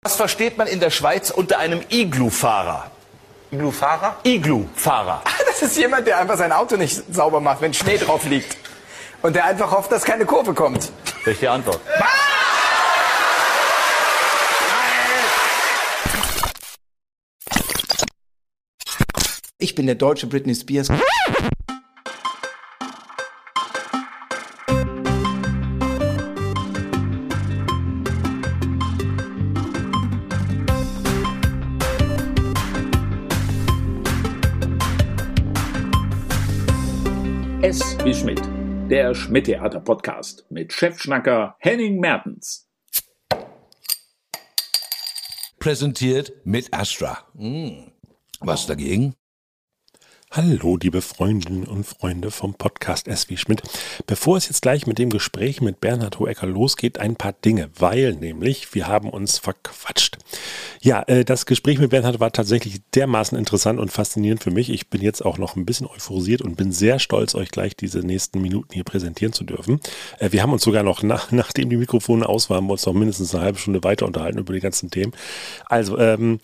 Was versteht man in der Schweiz unter einem Iglu-Fahrer? Iglu-Fahrer? Iglu-Fahrer. Das ist jemand, der einfach sein Auto nicht sauber macht, wenn Schnee drauf liegt. Und der einfach hofft, dass keine Kurve kommt. Richtige Antwort. Ich bin der deutsche Britney Spears. S wie Schmidt, der Schmidt-Theater-Podcast mit Chefschnacker Henning Mertens. Präsentiert mit Astra. Was dagegen? Hallo, liebe Freundinnen und Freunde vom Podcast S wie Schmidt. Bevor es jetzt gleich mit dem Gespräch mit Bernhard Hoecker losgeht, ein paar Dinge, weil nämlich wir haben uns verquatscht. Ja, das Gespräch mit Bernhard war tatsächlich dermaßen interessant und faszinierend für mich. Ich bin jetzt auch noch ein bisschen euphorisiert und bin sehr stolz, euch gleich diese nächsten Minuten hier präsentieren zu dürfen. Wir haben uns sogar noch, nachdem die Mikrofone aus waren, uns noch mindestens eine halbe Stunde weiter unterhalten über die ganzen Themen. Also,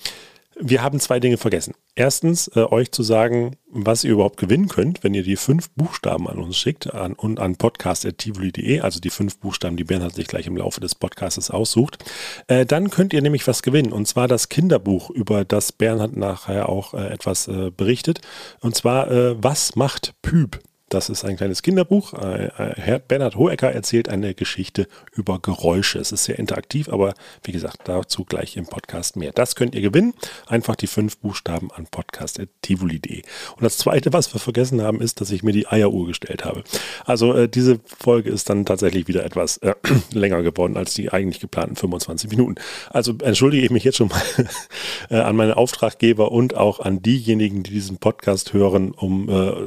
wir haben zwei Dinge vergessen. Erstens, euch zu sagen, was ihr überhaupt gewinnen könnt, wenn ihr die 5 Buchstaben an uns schickt und an podcast@tivoli.de, also die 5 Buchstaben, die Bernhard sich gleich im Laufe des Podcasts aussucht. Dann könnt ihr nämlich was gewinnen, und zwar das Kinderbuch, über das Bernhard nachher auch etwas berichtet. Und zwar, was macht Püp? Das ist ein kleines Kinderbuch. Herr Bernhard Hoecker erzählt eine Geschichte über Geräusche. Es ist sehr interaktiv, aber wie gesagt, dazu gleich im Podcast mehr. Das könnt ihr gewinnen. Einfach die 5 Buchstaben an podcast@tivoli.de. Und das Zweite, was wir vergessen haben, ist, dass ich mir die Eieruhr gestellt habe. Also diese Folge ist dann tatsächlich wieder etwas länger geworden als die eigentlich geplanten 25 Minuten. Also entschuldige ich mich jetzt schon mal an meine Auftraggeber und auch an diejenigen, die diesen Podcast hören, um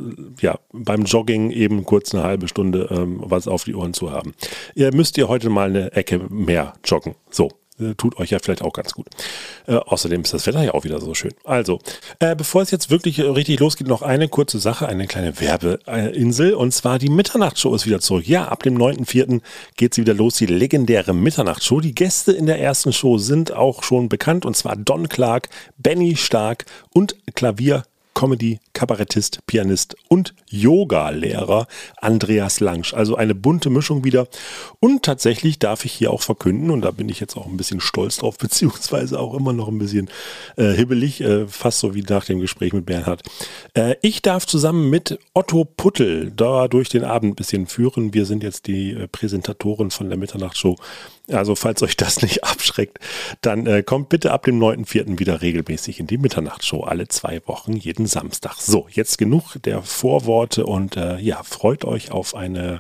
beim Jogging eben kurz eine halbe Stunde was auf die Ohren zu haben. Ihr müsst heute mal eine Ecke mehr joggen. So, tut euch ja vielleicht auch ganz gut. Außerdem ist das Wetter ja auch wieder so schön. Also, bevor es jetzt wirklich richtig losgeht, noch eine kurze Sache, eine kleine Werbeinsel. Und zwar die Mitternachtsshow ist wieder zurück. Ja, ab dem 9.4. geht sie wieder los, die legendäre Mitternachtsshow. Die Gäste in der ersten Show sind auch schon bekannt. Und zwar Don Clark, Benny Stark und Klavier, Comedy, Kabarettist, Pianist und Yoga-Lehrer Andreas Langsch. Also eine bunte Mischung wieder. Und tatsächlich darf ich hier auch verkünden, und da bin ich jetzt auch ein bisschen stolz drauf, beziehungsweise auch immer noch ein bisschen hibbelig, fast so wie nach dem Gespräch mit Bernhard. Ich darf zusammen mit Otto Puttel da durch den Abend ein bisschen führen. Wir sind jetzt die Präsentatoren von der Mitternachtsshow. Also falls euch das nicht abschreckt, dann kommt bitte ab dem 9.4. wieder regelmäßig in die Mitternachtsshow. Alle 2 Wochen, jeden Samstag. So, jetzt genug der Vorworte und freut euch auf eine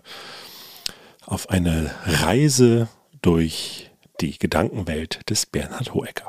Reise durch die Gedankenwelt des Bernhard Hoecker.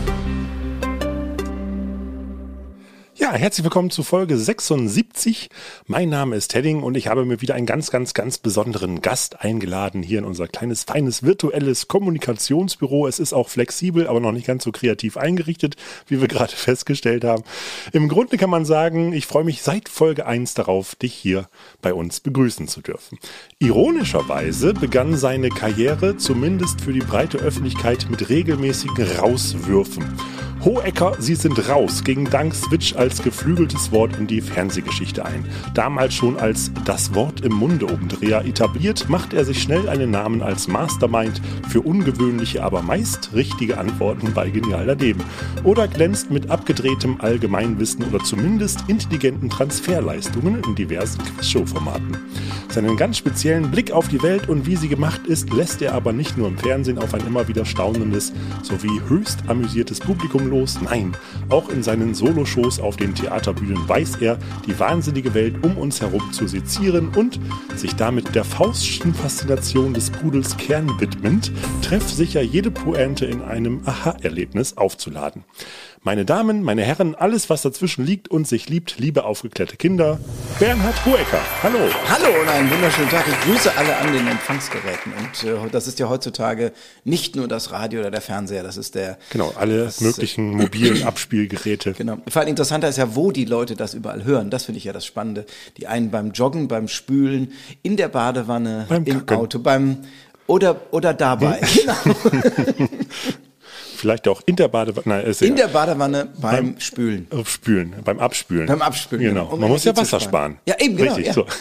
Ja, herzlich willkommen zu Folge 76. Mein Name ist Henning und ich habe mir wieder einen ganz, ganz, ganz besonderen Gast eingeladen hier in unser kleines, feines, virtuelles Kommunikationsbüro. Es ist auch flexibel, aber noch nicht ganz so kreativ eingerichtet, wie wir gerade festgestellt haben. Im Grunde kann man sagen, ich freue mich seit Folge 1 darauf, dich hier bei uns begrüßen zu dürfen. Ironischerweise begann seine Karriere, zumindest für die breite Öffentlichkeit, mit regelmäßigen Rauswürfen. Hoecker, Sie sind raus, ging dank Switch als geflügeltes Wort in die Fernsehgeschichte ein. Damals schon als das Wort im Munde Obendreher etabliert, macht er sich schnell einen Namen als Mastermind für ungewöhnliche, aber meist richtige Antworten bei Genial daneben. Oder glänzt mit abgedrehtem Allgemeinwissen oder zumindest intelligenten Transferleistungen in diversen Quizshow-Formaten. Seinen ganz speziellen Blick auf die Welt und wie sie gemacht ist, lässt er aber nicht nur im Fernsehen auf ein immer wieder staunendes sowie höchst amüsiertes Publikum los. Nein, auch in seinen Soloshows auf den Theaterbühnen weiß er, die wahnsinnige Welt um uns herum zu sezieren und sich damit der faustschen Faszination des Pudels Kern widmend, treffsicher jede Pointe in einem Aha-Erlebnis aufzuladen. Meine Damen, meine Herren, alles was dazwischen liegt und sich liebt, liebe aufgeklärte Kinder, Bernhard Hoecker. Hallo. Hallo und einen wunderschönen Tag. Ich grüße alle an den Empfangsgeräten. Und das ist ja heutzutage nicht nur das Radio oder der Fernseher, das ist der... Genau, alle möglichen mobilen Abspielgeräte. Genau. Vor allem interessanter ist ja, wo die Leute das überall hören. Das finde ich ja das Spannende. Die einen beim Joggen, beim Spülen, in der Badewanne, im Auto, oder dabei. Genau. Vielleicht auch in der Badewanne. In der Badewanne beim Spülen. Spülen, beim Abspülen. Beim Abspülen, genau. Um Man muss ja Energie zu Wasser sparen. Ja, eben, genau. Richtig, Ja. so.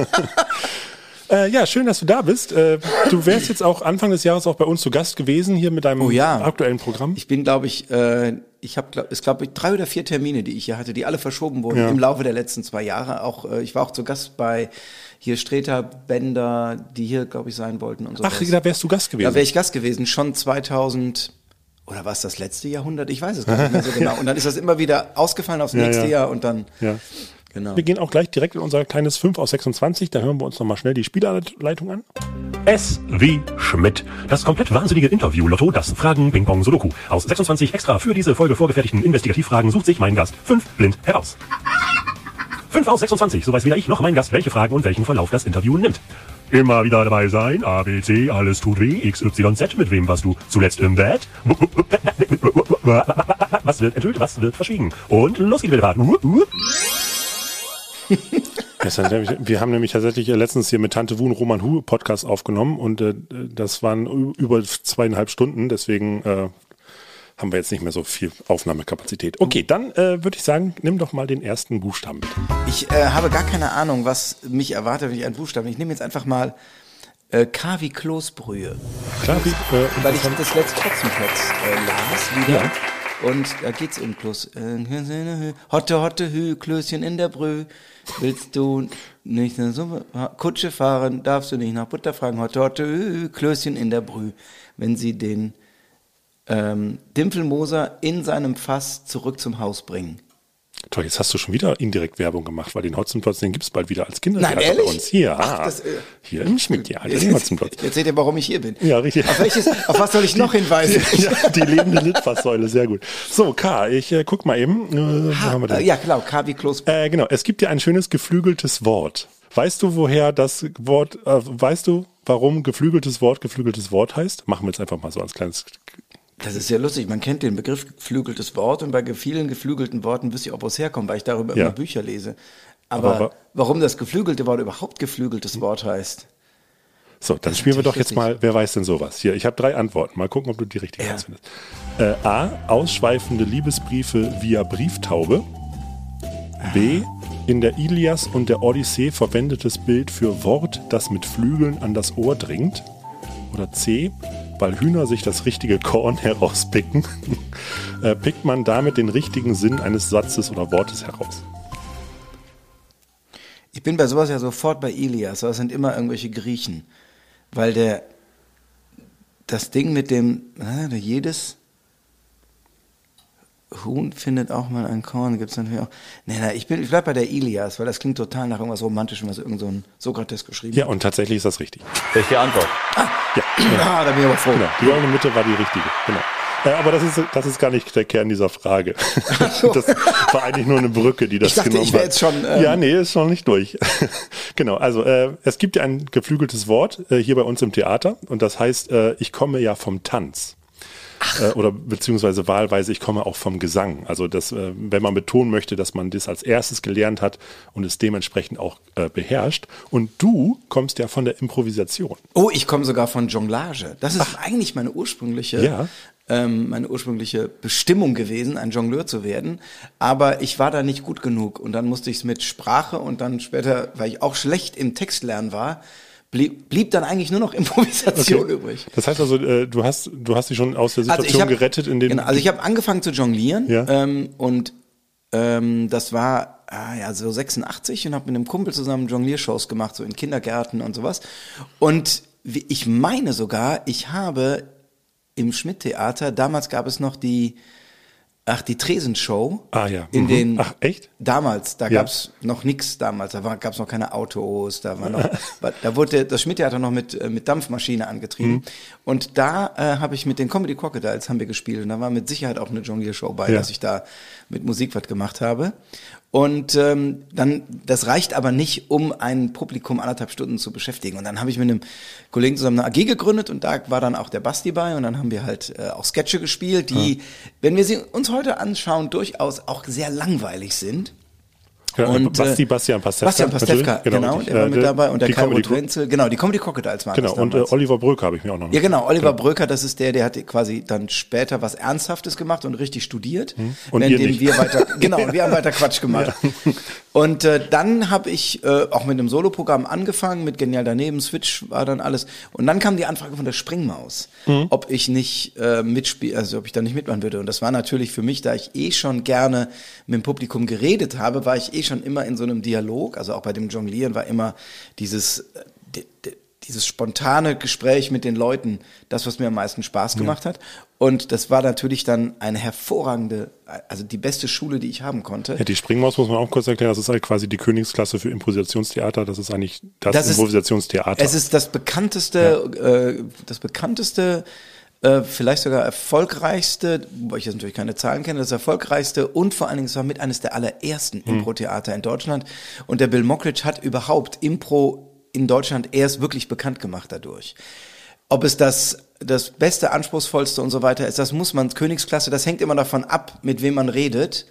Ja, schön, dass du da bist. Du wärst jetzt auch Anfang des Jahres auch bei uns zu Gast gewesen, hier mit deinem aktuellen Programm. Ich bin, glaube ich, ich habe, es glaube ich 3 oder 4 Termine, die ich hier hatte, die alle verschoben wurden im Laufe der letzten 2 Jahre. Auch ich war auch zu Gast bei hier Streter, Bender, die hier, glaube ich, sein wollten und so. Ach, da wärst du Gast gewesen. Da wäre ich Gast gewesen, schon 2000, oder war es das letzte Jahrhundert? Ich weiß es gar nicht mehr so genau. Und dann ist das immer wieder ausgefallen aufs nächste Jahr und dann... Ja. Genau. Wir gehen auch gleich direkt in unser kleines 5 aus 26. Da hören wir uns nochmal schnell die Spielanleitung an. S wie Schmidt. Das komplett wahnsinnige Interview-Lotto, das Fragen-Ping-Pong-Sudoku. Aus 26 extra für diese Folge vorgefertigten Investigativfragen sucht sich mein Gast 5 blind heraus. 5 aus 26, so weiß weder ich noch mein Gast, welche Fragen und welchen Verlauf das Interview nimmt. Immer wieder dabei sein, A, B, C, alles tut weh, X, Y, Z, mit wem warst du zuletzt im Bett? Was wird enthüllt, was wird verschwiegen? Und los geht die Fahrt. Wir haben nämlich tatsächlich letztens hier mit Tante Wu einen Roman Hu Podcast aufgenommen und das waren über 2,5 Stunden, deswegen haben wir jetzt nicht mehr so viel Aufnahmekapazität. Okay, dann würde ich sagen, nimm doch mal den ersten Buchstaben mit. Ich habe gar keine Ahnung, was mich erwartet, wenn ich einen Buchstaben. Ich nehme jetzt einfach mal K wie Kloßbrühe. Klar, weil ich das letzte Hotzenplotz las wieder. Ja. Und da geht's um Kloß. Hotte, Hü, Klößchen in der Brühe. Willst du nicht eine Summe? Kutsche fahren, darfst du nicht nach Butter fragen. Hotte, Hü, Klößchen in der Brühe. Wenn sie den Dimpfelmoser in seinem Fass zurück zum Haus bringen. Toll, jetzt hast du schon wieder indirekt Werbung gemacht, weil den Hotzenplotz, den gibt's bald wieder als Kindertheater bei uns. Hier, hier im Schmidt-Theater, den Hotzenplotz. Jetzt seht ihr, warum ich hier bin. Ja, richtig. Auf was soll ich noch hinweisen? Ja, die lebende Litfaßsäule, sehr gut. So, K, ich guck mal eben. Wo haben wir denn? Ja, genau, K wie Kloß. Genau, es gibt ja ein schönes geflügeltes Wort. Weißt du, woher das Wort, weißt du, warum geflügeltes Wort heißt? Machen wir jetzt einfach mal so als kleines... Das ist ja lustig, man kennt den Begriff geflügeltes Wort und bei vielen geflügelten Worten wüsste ich auch, wo es herkommt, weil ich darüber immer Bücher lese. Aber warum das geflügelte Wort überhaupt geflügeltes Wort heißt? So, dann spielen wir doch jetzt mal, wer weiß denn sowas? Hier, ich habe 3 Antworten, mal gucken, ob du die richtige rausfindest. A, ausschweifende Liebesbriefe via Brieftaube. B, in der Ilias und der Odyssee verwendetes Bild für Wort, das mit Flügeln an das Ohr dringt. Oder C, weil Hühner sich das richtige Korn herauspicken, pickt man damit den richtigen Sinn eines Satzes oder Wortes heraus. Ich bin bei sowas ja sofort bei Ilias, das sind immer irgendwelche Griechen, weil das Ding mit dem, jedes Huhn findet auch mal ein Korn, gibt es natürlich auch. Ich bleib bei der Ilias, weil das klingt total nach irgendwas Romantischem, was irgend so ein Sokrates geschrieben hat. Ja, und tatsächlich ist das richtig. Richtige Antwort. Da bin ich aber froh. Genau. Die goldene Mitte war die richtige. Genau. Aber das ist gar nicht der Kern dieser Frage. Das war eigentlich nur eine Brücke, die das genommen hat. Ich dachte, ich wäre jetzt schon... Ja, nee, ist noch nicht durch. Genau, also es gibt ja ein geflügeltes Wort hier bei uns im Theater und das heißt, ich komme ja vom Tanz. Oder beziehungsweise wahlweise, ich komme auch vom Gesang. Also das, wenn man betonen möchte, dass man das als erstes gelernt hat und es dementsprechend auch beherrscht. Und du kommst ja von der Improvisation. Oh, ich komme sogar von Jonglage. Das ist eigentlich meine ursprüngliche Bestimmung gewesen, ein Jongleur zu werden. Aber ich war da nicht gut genug. Und dann musste ich es mit Sprache und dann später, weil ich auch schlecht im Textlernen war, blieb dann eigentlich nur noch Improvisation übrig. Das heißt also, du hast dich schon aus der Situation gerettet, in dem... Genau, also ich habe angefangen zu jonglieren und das war so 86 und habe mit einem Kumpel zusammen Jongliershows gemacht, so in Kindergärten und sowas. Und ich meine sogar, ich habe im Schmidt-Theater, damals gab es noch die Tresenshow. Ah ja. In den, Ach, echt? Damals, da gab's noch nichts damals, gab's noch keine Autos, da wurde das Schmidt-Theater noch mit Dampfmaschine angetrieben. Und da habe ich mit den Comedy Crocodiles haben wir gespielt und da war mit Sicherheit auch eine Jongliershow bei, dass ich da mit Musik was gemacht habe. Und dann, das reicht aber nicht, um ein Publikum 1,5 Stunden zu beschäftigen. Und dann habe ich mit einem Kollegen zusammen eine AG gegründet und da war dann auch der Basti bei und dann haben wir halt auch Sketche gespielt, die, wenn wir sie uns heute anschauen, durchaus auch sehr langweilig sind. Ja, und Bastian Pastewka, genau, der war mit dabei und der Kai Rotwenzel, genau, die Comedy Crocodiles waren das damals. Und Oliver Bröker habe ich mir auch noch. Ja, genau, Oliver Bröker, das ist der hat quasi dann später was Ernsthaftes gemacht und richtig studiert, und wir haben weiter Quatsch gemacht. Ja. Und dann habe ich auch mit einem Soloprogramm angefangen, mit Genial daneben, Switch war dann alles. Und dann kam die Anfrage von der Springmaus, ob ich nicht ob ich da nicht mitmachen würde. Und das war natürlich für mich, da ich schon gerne mit dem Publikum geredet habe, war ich schon immer in so einem Dialog, also auch bei dem Jonglieren war immer dieses spontane Gespräch mit den Leuten, das, was mir am meisten Spaß gemacht hat. Und das war natürlich dann eine hervorragende, also die beste Schule, die ich haben konnte. Ja, die Springmaus muss man auch kurz erklären, das ist halt quasi die Königsklasse für Improvisationstheater, das ist eigentlich das Improvisationstheater. Es ist das bekannteste, vielleicht sogar erfolgreichste, wobei ich jetzt natürlich keine Zahlen kenne, das erfolgreichste und vor allen Dingen, es war mit eines der allerersten Impro-Theater in Deutschland. Und der Bill Mockridge hat überhaupt Impro in Deutschland erst wirklich bekannt gemacht dadurch. Ob es das Beste, Anspruchsvollste und so weiter ist, das muss man, Königsklasse, das hängt immer davon ab, mit wem man redet.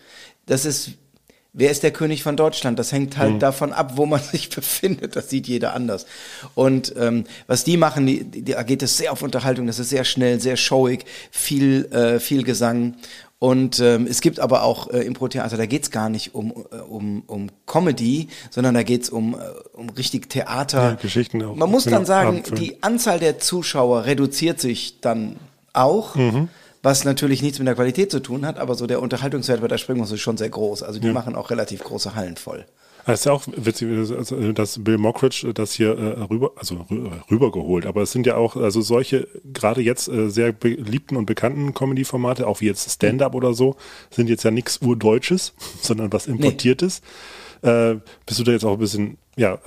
Wer ist der König von Deutschland? Das hängt halt davon ab, wo man sich befindet. Das sieht jeder anders. Und was die machen, da geht es sehr auf Unterhaltung. Das ist sehr schnell, sehr showig, viel Gesang. Und es gibt aber auch Impro-Theater, da geht's gar nicht um Comedy, sondern da geht's um richtig Theater. Ja, Geschichten auch. Man muss dann sagen, die Anzahl der Zuschauer reduziert sich dann auch. Was natürlich nichts mit der Qualität zu tun hat, aber so der Unterhaltungswert bei der Springmaus ist schon sehr groß. Also die machen auch relativ große Hallen voll. Das ist ja auch witzig, dass Bill Mockridge das hier rübergeholt. Aber es sind ja auch also solche, gerade jetzt sehr beliebten und bekannten Comedy-Formate, auch wie jetzt Stand-Up oder so, sind jetzt ja nichts Urdeutsches, sondern was Importiertes. Bist du da jetzt auch ein bisschen,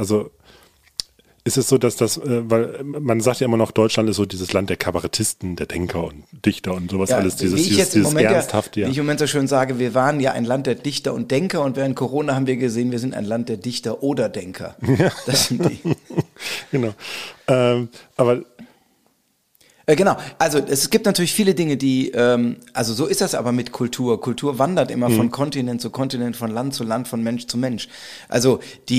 ist es so, dass weil man sagt ja immer noch, Deutschland ist so dieses Land der Kabarettisten, der Denker und Dichter und sowas alles, dieses Ernsthafte. Wie ich im Moment so schön sage, wir waren ja ein Land der Dichter und Denker und während Corona haben wir gesehen, wir sind ein Land der Dichter oder Denker. Ja. Das sind die. Genau. Aber genau, also es gibt natürlich viele Dinge, die, also so ist das aber mit Kultur. Kultur wandert immer von Kontinent zu Kontinent, von Land zu Land, von Mensch zu Mensch. Also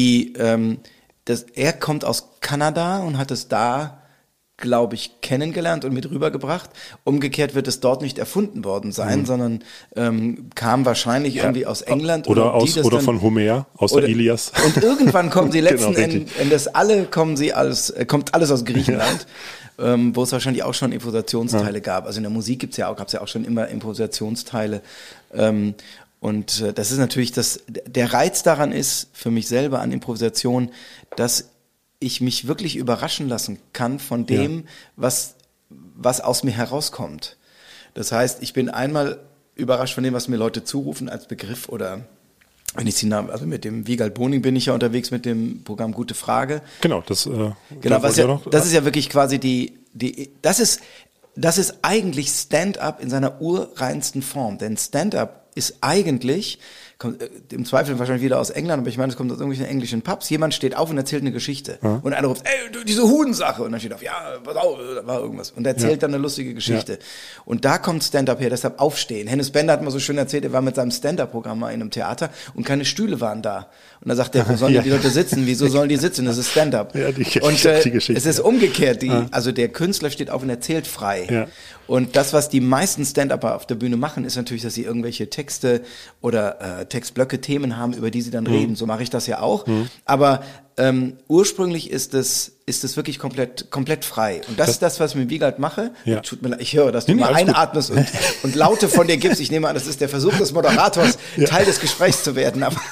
er kommt aus Kanada und hat es da, glaube ich, kennengelernt und mit rübergebracht. Umgekehrt wird es dort nicht erfunden worden sein, sondern kam wahrscheinlich irgendwie aus England. Oder von Homer, aus der Ilias. Und irgendwann kommen sie letzten Endes kommt alles aus Griechenland. Wo es wahrscheinlich auch schon Improvisationsteile gab. Also in der Musik gab es ja auch schon immer Improvisationsteile. Und das ist natürlich der Reiz daran ist, für mich selber an Improvisation, dass ich mich wirklich überraschen lassen kann von dem, was aus mir herauskommt. Das heißt, ich bin einmal überrascht von dem, was mir Leute zurufen als Begriff oder wenn ich sie also mit dem Wiegald Boning bin ich ja unterwegs mit dem Programm Gute Frage. Genau, das ist ja wirklich quasi das ist eigentlich Stand-up in seiner urreinsten Form, denn Stand-up ist eigentlich, kommt im Zweifel wahrscheinlich wieder aus England, aber ich meine, es kommt aus irgendwelchen englischen Pubs, jemand steht auf und erzählt eine Geschichte und einer ruft, ey, diese Hudensache und dann steht auf, ja, pass auf, da war irgendwas und erzählt dann eine lustige Geschichte und da kommt Stand-up her, deshalb aufstehen. Hennes Bender hat mal so schön erzählt, er war mit seinem Stand-up-Programm mal in einem Theater und keine Stühle waren da und da sagt er, wo sollen die Leute sitzen, wieso sollen die sitzen, das ist Stand-up. Ja, die Geschichte. Es ist umgekehrt, also der Künstler steht auf und erzählt frei und das, was die meisten Stand-Upper auf der Bühne machen, ist natürlich, dass sie irgendwelche Texte oder Textblöcke, Themen haben, über die sie dann reden. So mache ich das ja auch. Aber ursprünglich ist es wirklich komplett frei. Und das ist das, was ich mit Wiegald mache. Ja. Tut mir leid, ich höre, dass du mal einatmest und Laute von dir gibst. Ich nehme an, das ist der Versuch des Moderators, Teil des Gesprächs zu werden. Aber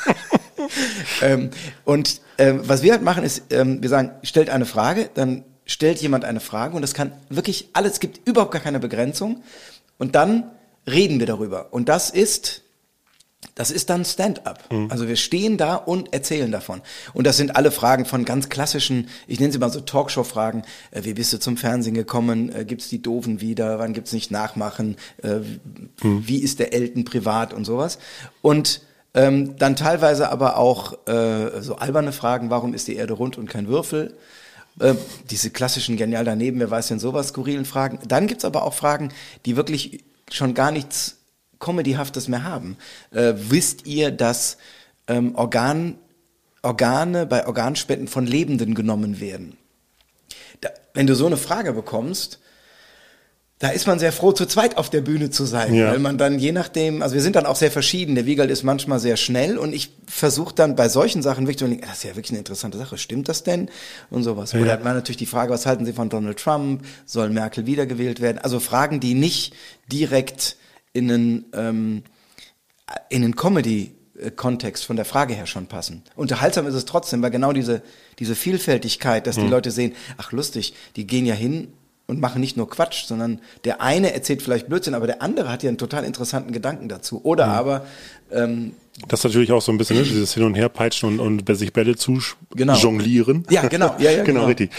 was wir halt machen, ist, wir sagen, stellt eine Frage, dann stellt jemand eine Frage und das kann wirklich alles, es gibt überhaupt gar keine Begrenzung und dann reden wir darüber und das ist dann Stand-up. Also wir stehen da und erzählen davon. Und das sind alle Fragen von ganz klassischen, ich nenne sie mal so Talkshow-Fragen, wie bist du zum Fernsehen gekommen, gibt's die Doofen wieder, wann gibt's nicht Nachmachen, wie ist der Elton privat und sowas. Und dann teilweise aber auch so alberne Fragen, warum ist die Erde rund und kein Würfel? Diese klassischen Genial daneben, wer weiß denn sowas, skurrilen Fragen. Dann gibt's aber auch Fragen, die wirklich schon gar nichts Comedyhaftes mehr haben. Wisst ihr, dass Organe bei Organspenden von Lebenden genommen werden. Wenn du so eine Frage bekommst, da ist man sehr froh, zu zweit auf der Bühne zu sein, weil man dann je nachdem, also wir sind dann auch sehr verschieden, der Wiegald ist manchmal sehr schnell und ich versuche dann bei solchen Sachen wirklich zu denken, das ist ja wirklich eine interessante Sache, stimmt das denn? Und sowas. Oder hat man natürlich die Frage, was halten Sie von Donald Trump? Soll Merkel wiedergewählt werden? Also Fragen, die nicht direkt in einen Comedy-Kontext von der Frage her schon passen. Unterhaltsam ist es trotzdem, weil genau diese Vielfältigkeit, dass die Leute sehen, ach lustig, die gehen ja hin und machen nicht nur Quatsch, sondern der eine erzählt vielleicht Blödsinn, aber der andere hat ja einen total interessanten Gedanken dazu. Oder aber das ist natürlich auch so ein bisschen dieses Hin- und Herpeitschen und sich Bälle zu jonglieren. Ja, genau. Ja, genau, richtig.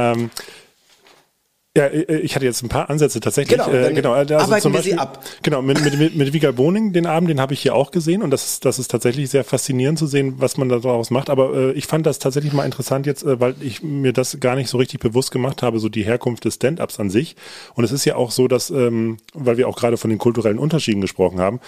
Ja, ich hatte jetzt ein paar Ansätze tatsächlich. Genau, also arbeiten zum wir Beispiel, sie ab. Genau, mit Wiegald Boning, den Abend, den habe ich hier auch gesehen und das ist tatsächlich sehr faszinierend zu sehen, was man daraus macht. Aber ich fand das tatsächlich mal interessant jetzt, weil ich mir das gar nicht so richtig bewusst gemacht habe, so die Herkunft des Stand-Ups an sich. Und es ist ja auch so, dass, weil wir auch gerade von den kulturellen Unterschieden gesprochen haben,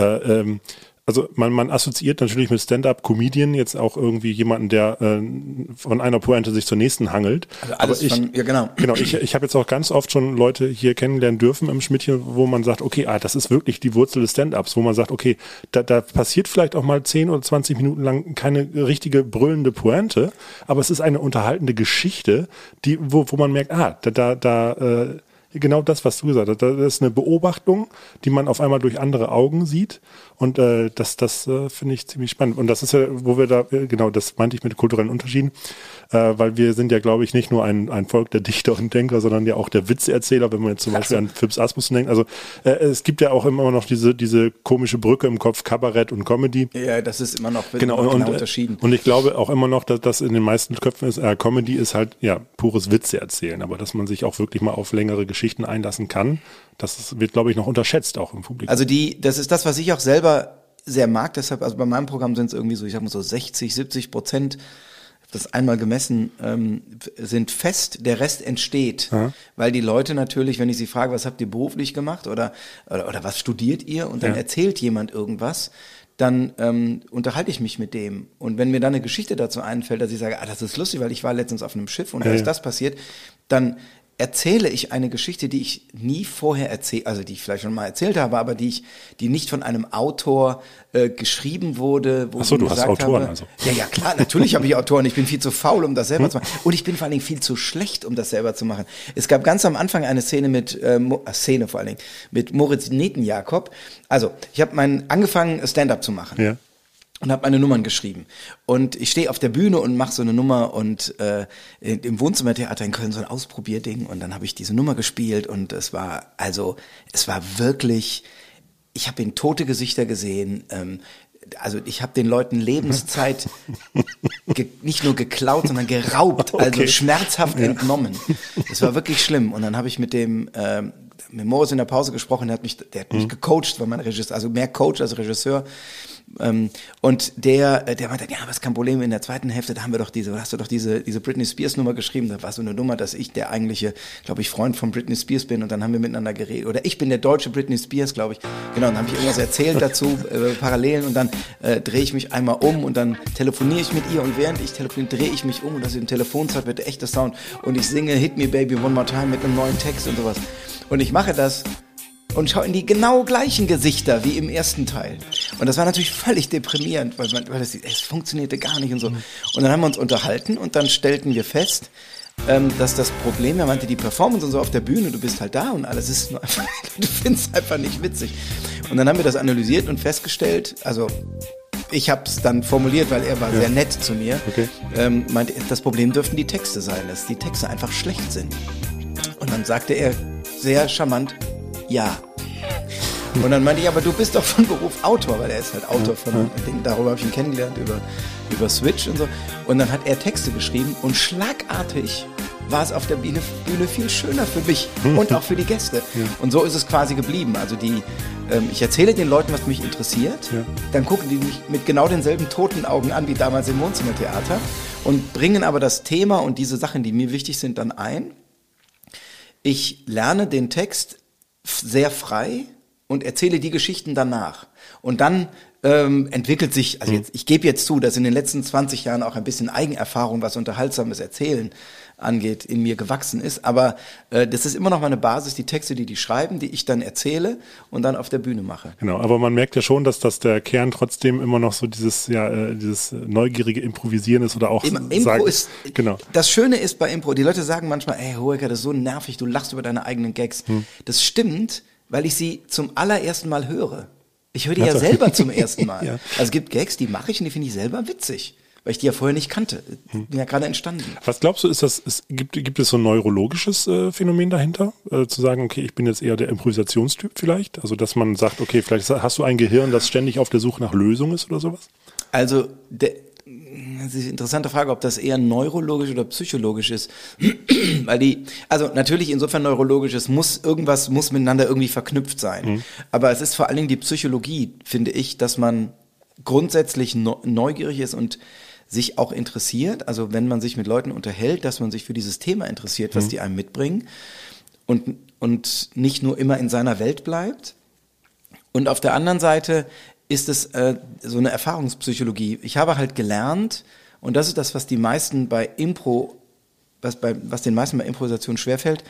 also man assoziiert natürlich mit Stand-Up-Comedian jetzt auch irgendwie jemanden, der von einer Pointe sich zur nächsten hangelt. Also alles aber Genau, ich habe jetzt auch ganz oft schon Leute hier kennenlernen dürfen im Schmidtchen, wo man sagt, okay, das ist wirklich die Wurzel des Stand-Ups, wo man sagt, okay, da passiert vielleicht auch mal 10 oder 20 Minuten lang keine richtige brüllende Pointe, aber es ist eine unterhaltende Geschichte, wo man merkt, genau das, was du gesagt hast. Das ist eine Beobachtung, die man auf einmal durch andere Augen sieht. Und das finde ich ziemlich spannend. Und das ist ja, wo wir da, genau, das meinte ich mit kulturellen Unterschieden, weil wir sind ja, glaube ich, nicht nur ein Volk der Dichter und Denker, sondern ja auch der Witzeerzähler, wenn man jetzt zum Beispiel an Phipps Asmussen denkt. Also es gibt ja auch immer noch diese komische Brücke im Kopf, Kabarett und Comedy. Ja, das ist immer noch genau unterschieden. Und ich glaube auch immer noch, dass das in den meisten Köpfen ist, Comedy ist halt, ja, pures Witzeerzählen. Aber dass man sich auch wirklich mal auf längere Geschichten einlassen kann, das wird, glaube ich, noch unterschätzt auch im Publikum. Also das ist das, was ich auch selber sehr mag, deshalb, also bei meinem Programm sind es irgendwie so, ich sag mal so 60-70%, das einmal gemessen, sind fest, der Rest entsteht, weil die Leute natürlich, wenn ich sie frage, was habt ihr beruflich gemacht oder was studiert ihr und dann erzählt jemand irgendwas, dann unterhalte ich mich mit dem und wenn mir dann eine Geschichte dazu einfällt, dass ich sage, das ist lustig, weil ich war letztens auf einem Schiff und da ist das passiert, dann erzähle ich eine Geschichte, die ich nie vorher erzählt, also die ich vielleicht schon mal erzählt habe, aber die nicht von einem Autor geschrieben wurde. Wo Achso, du hast Autoren also. Ja, klar, natürlich habe ich Autoren. Ich bin viel zu faul, um das selber zu machen. Und ich bin vor allen Dingen viel zu schlecht, um das selber zu machen. Es gab ganz am Anfang eine Szene mit Moritz Netenjakob. Also, ich habe angefangen, Stand-up zu machen. Ja. Und habe meine Nummern geschrieben. Und ich stehe auf der Bühne und mache so eine Nummer und im Wohnzimmertheater in Köln so ein Ausprobierding und dann habe ich diese Nummer gespielt und es war wirklich, ich habe in tote Gesichter gesehen, also ich habe den Leuten Lebenszeit nicht nur geklaut, sondern geraubt, also schmerzhaft entnommen. Das war wirklich schlimm und dann habe ich mit Moritz in der Pause gesprochen, der hat mich gecoacht, war mein Regisseur, also mehr Coach als Regisseur. Und der meinte, ja, was ist kein Problem, in der zweiten Hälfte, da hast du doch diese Britney Spears Nummer geschrieben, da war so eine Nummer, dass ich der eigentliche, glaube ich, Freund von Britney Spears bin und dann haben wir miteinander geredet, oder ich bin der deutsche Britney Spears, glaube ich, genau, dann habe ich irgendwas erzählt dazu, Parallelen und dann drehe ich mich einmal um und dann telefoniere ich mit ihr und während ich telefoniere, drehe ich mich um und das im Telefonzeit wird der echte Sound und ich singe Hit Me Baby One More Time mit einem neuen Text und sowas und ich mache das und schaue in die genau gleichen Gesichter wie im ersten Teil. Und das war natürlich völlig deprimierend, weil es funktionierte gar nicht und so. Und dann haben wir uns unterhalten und dann stellten wir fest, dass das Problem, er meinte, die Performance und so auf der Bühne, du bist halt da und alles ist nur einfach, du findest einfach nicht witzig. Und dann haben wir das analysiert und festgestellt, also ich habe es dann formuliert, weil er war sehr nett zu mir, meinte, das Problem dürften die Texte sein, dass die Texte einfach schlecht sind. Und dann sagte er sehr charmant, ja. Und dann meinte ich, aber du bist doch von Beruf Autor, weil er ist halt Autor von Dingen, darüber habe ich ihn kennengelernt, über Switch und so. Und dann hat er Texte geschrieben und schlagartig war es auf der Bühne viel schöner für mich und auch für die Gäste. Und so ist es quasi geblieben. Also ich erzähle den Leuten, was mich interessiert, dann gucken die mich mit genau denselben toten Augen an wie damals im Wohnzimmertheater und bringen aber das Thema und diese Sachen, die mir wichtig sind, dann ein. Ich lerne den Text sehr frei und erzähle die Geschichten danach. Und dann entwickelt sich, also ich gebe jetzt zu, dass in den letzten 20 Jahren auch ein bisschen Eigenerfahrung, was unterhaltsames Erzählen angeht, in mir gewachsen ist. Aber das ist immer noch meine Basis, die Texte, die schreiben, die ich dann erzähle und dann auf der Bühne mache. Genau, aber man merkt ja schon, dass das der Kern trotzdem immer noch so dieses neugierige Improvisieren ist oder auch Impro ist, genau. Das Schöne ist bei Impro, die Leute sagen manchmal, ey Hohecker, das ist so nervig, du lachst über deine eigenen Gags. Das stimmt, weil ich sie zum allerersten Mal höre. Ich höre die ja selber zum ersten Mal. Ja. Also es gibt Gags, die mache ich und die finde ich selber witzig, weil ich die ja vorher nicht kannte. Bin ja gerade entstanden. Was glaubst du, gibt es so ein neurologisches Phänomen dahinter? Zu sagen, okay, ich bin jetzt eher der Improvisationstyp vielleicht? Also dass man sagt, okay, vielleicht hast du ein Gehirn, das ständig auf der Suche nach Lösung ist oder sowas? Also das ist eine interessante Frage, ob das eher neurologisch oder psychologisch ist. Weil also natürlich insofern neurologisch ist, irgendwas muss miteinander irgendwie verknüpft sein. Aber es ist vor allen Dingen die Psychologie, finde ich, dass man grundsätzlich neugierig ist und sich auch interessiert. Also wenn man sich mit Leuten unterhält, dass man sich für dieses Thema interessiert, was die einem mitbringen und nicht nur immer in seiner Welt bleibt. Und auf der anderen Seite ist es so eine Erfahrungspsychologie. Ich habe halt gelernt, und das ist das, was die meisten bei Impro, was den meisten bei Improvisation schwerfällt,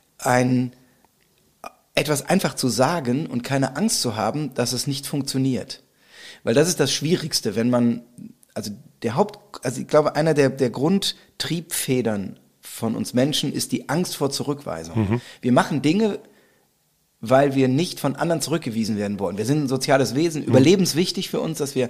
etwas einfach zu sagen und keine Angst zu haben, dass es nicht funktioniert. Weil das ist das Schwierigste, wenn man, also ich glaube, einer der Grundtriebfedern von uns Menschen ist die Angst vor Zurückweisung. Wir machen Dinge, weil wir nicht von anderen zurückgewiesen werden wollen. Wir sind ein soziales Wesen, überlebenswichtig für uns, dass wir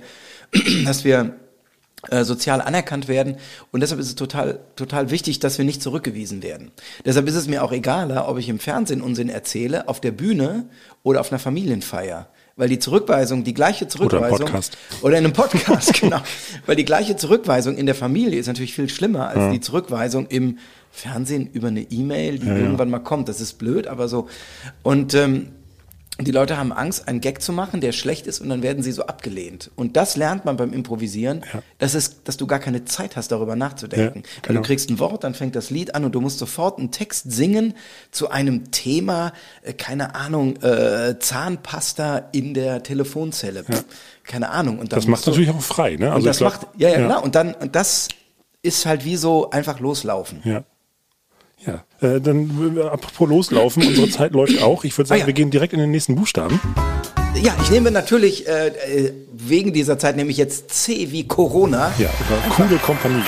sozial anerkannt werden. Und deshalb ist es total wichtig, dass wir nicht zurückgewiesen werden. Deshalb ist es mir auch egaler, ob ich im Fernsehen Unsinn erzähle, auf der Bühne oder auf einer Familienfeier. Weil die Zurückweisung, die gleiche Zurückweisung. Oder in einem Podcast, genau. Weil die gleiche Zurückweisung in der Familie ist natürlich viel schlimmer als die Zurückweisung im Fernsehen über eine E-Mail, die irgendwann mal kommt. Das ist blöd, aber so. Und die Leute haben Angst, einen Gag zu machen, der schlecht ist, und dann werden sie so abgelehnt. Und das lernt man beim Improvisieren, dass du gar keine Zeit hast, darüber nachzudenken. Ja, genau. Weil du kriegst ein Wort, dann fängt das Lied an und du musst sofort einen Text singen zu einem Thema, keine Ahnung, Zahnpasta in der Telefonzelle. Ja. Keine Ahnung. Und dann das macht natürlich auch frei, ne? Also klar. Und das ist halt wie so einfach loslaufen. Ja. Ja, dann apropos loslaufen, unsere Zeit läuft auch. Ich würde sagen, wir gehen direkt in den nächsten Buchstaben. Ja, ich nehme natürlich, wegen dieser Zeit nehme ich jetzt C wie Corona. Ja, coole Kompanie.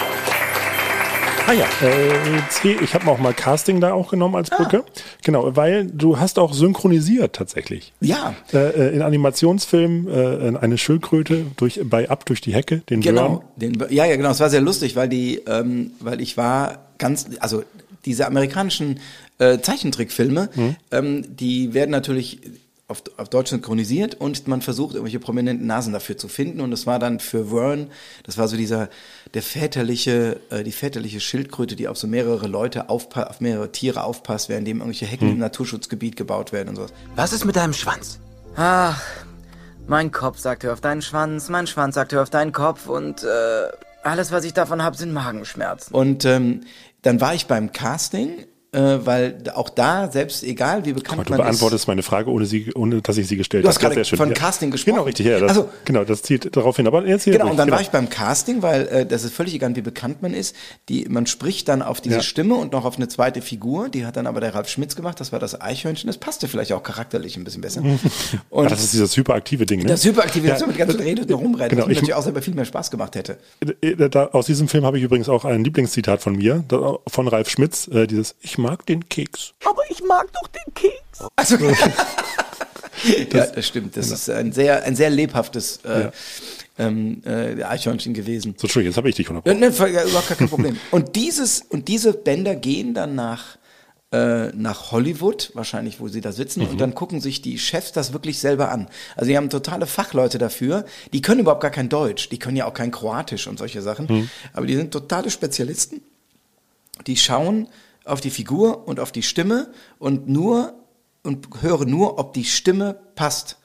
C, ich habe auch mal Casting da auch genommen als Brücke. Genau, weil du hast auch synchronisiert tatsächlich. Ja. In Animationsfilmen eine Schildkröte durch die Hecke, den Genau. Genau, es war sehr lustig, weil ich war diese amerikanischen Zeichentrickfilme, die werden natürlich auf Deutsch synchronisiert und man versucht, irgendwelche prominenten Nasen dafür zu finden. Und das war dann für Vern, das war so die väterliche Schildkröte, die auf so mehrere Leute auf mehrere Tiere aufpasst, während dem irgendwelche Hecken im Naturschutzgebiet gebaut werden und sowas. Was ist mit deinem Schwanz? Ach, mein Kopf sagt, hör auf deinen Schwanz, mein Schwanz sagt, hör auf deinen Kopf und alles, was ich davon habe, sind Magenschmerzen. Und dann war ich beim Casting, weil auch da, selbst egal wie bekannt man ist... Du beantwortest meine Frage, ohne dass ich sie gestellt habe. Du hast gerade von Casting gesprochen. Genau, richtig, ja. Das zielt darauf hin. Aber jetzt genau, und dann war ich beim Casting, weil das ist völlig egal, wie bekannt man ist. Man spricht dann auf diese Stimme und noch auf eine zweite Figur, die hat dann aber der Ralf Schmitz gemacht, das war das Eichhörnchen, das passte vielleicht auch charakterlich ein bisschen besser. Und das ist dieses hyperaktive Ding, ne? Das hyperaktive, das mit ganz viel Redet und Rumrennen, genau, das mir natürlich auch selber viel mehr Spaß gemacht hätte. Aus diesem Film habe ich übrigens auch ein Lieblingszitat von mir, von Ralf Schmitz, dieses "Ich mag den Keks". Aber ich mag doch den Keks. Also, ja, das stimmt. Das ist ein sehr lebhaftes Eichhörnchen gewesen. So, Entschuldigung, jetzt habe ich dich unterbrochen. Ne, überhaupt kein Problem. Und diese Bänder gehen dann nach Hollywood, wahrscheinlich, wo sie da sitzen, und dann gucken sich die Chefs das wirklich selber an. Also die haben totale Fachleute dafür, die können überhaupt gar kein Deutsch, die können ja auch kein Kroatisch und solche Sachen, aber die sind totale Spezialisten, die schauen auf die Figur und auf die Stimme und hören nur, ob die Stimme passt.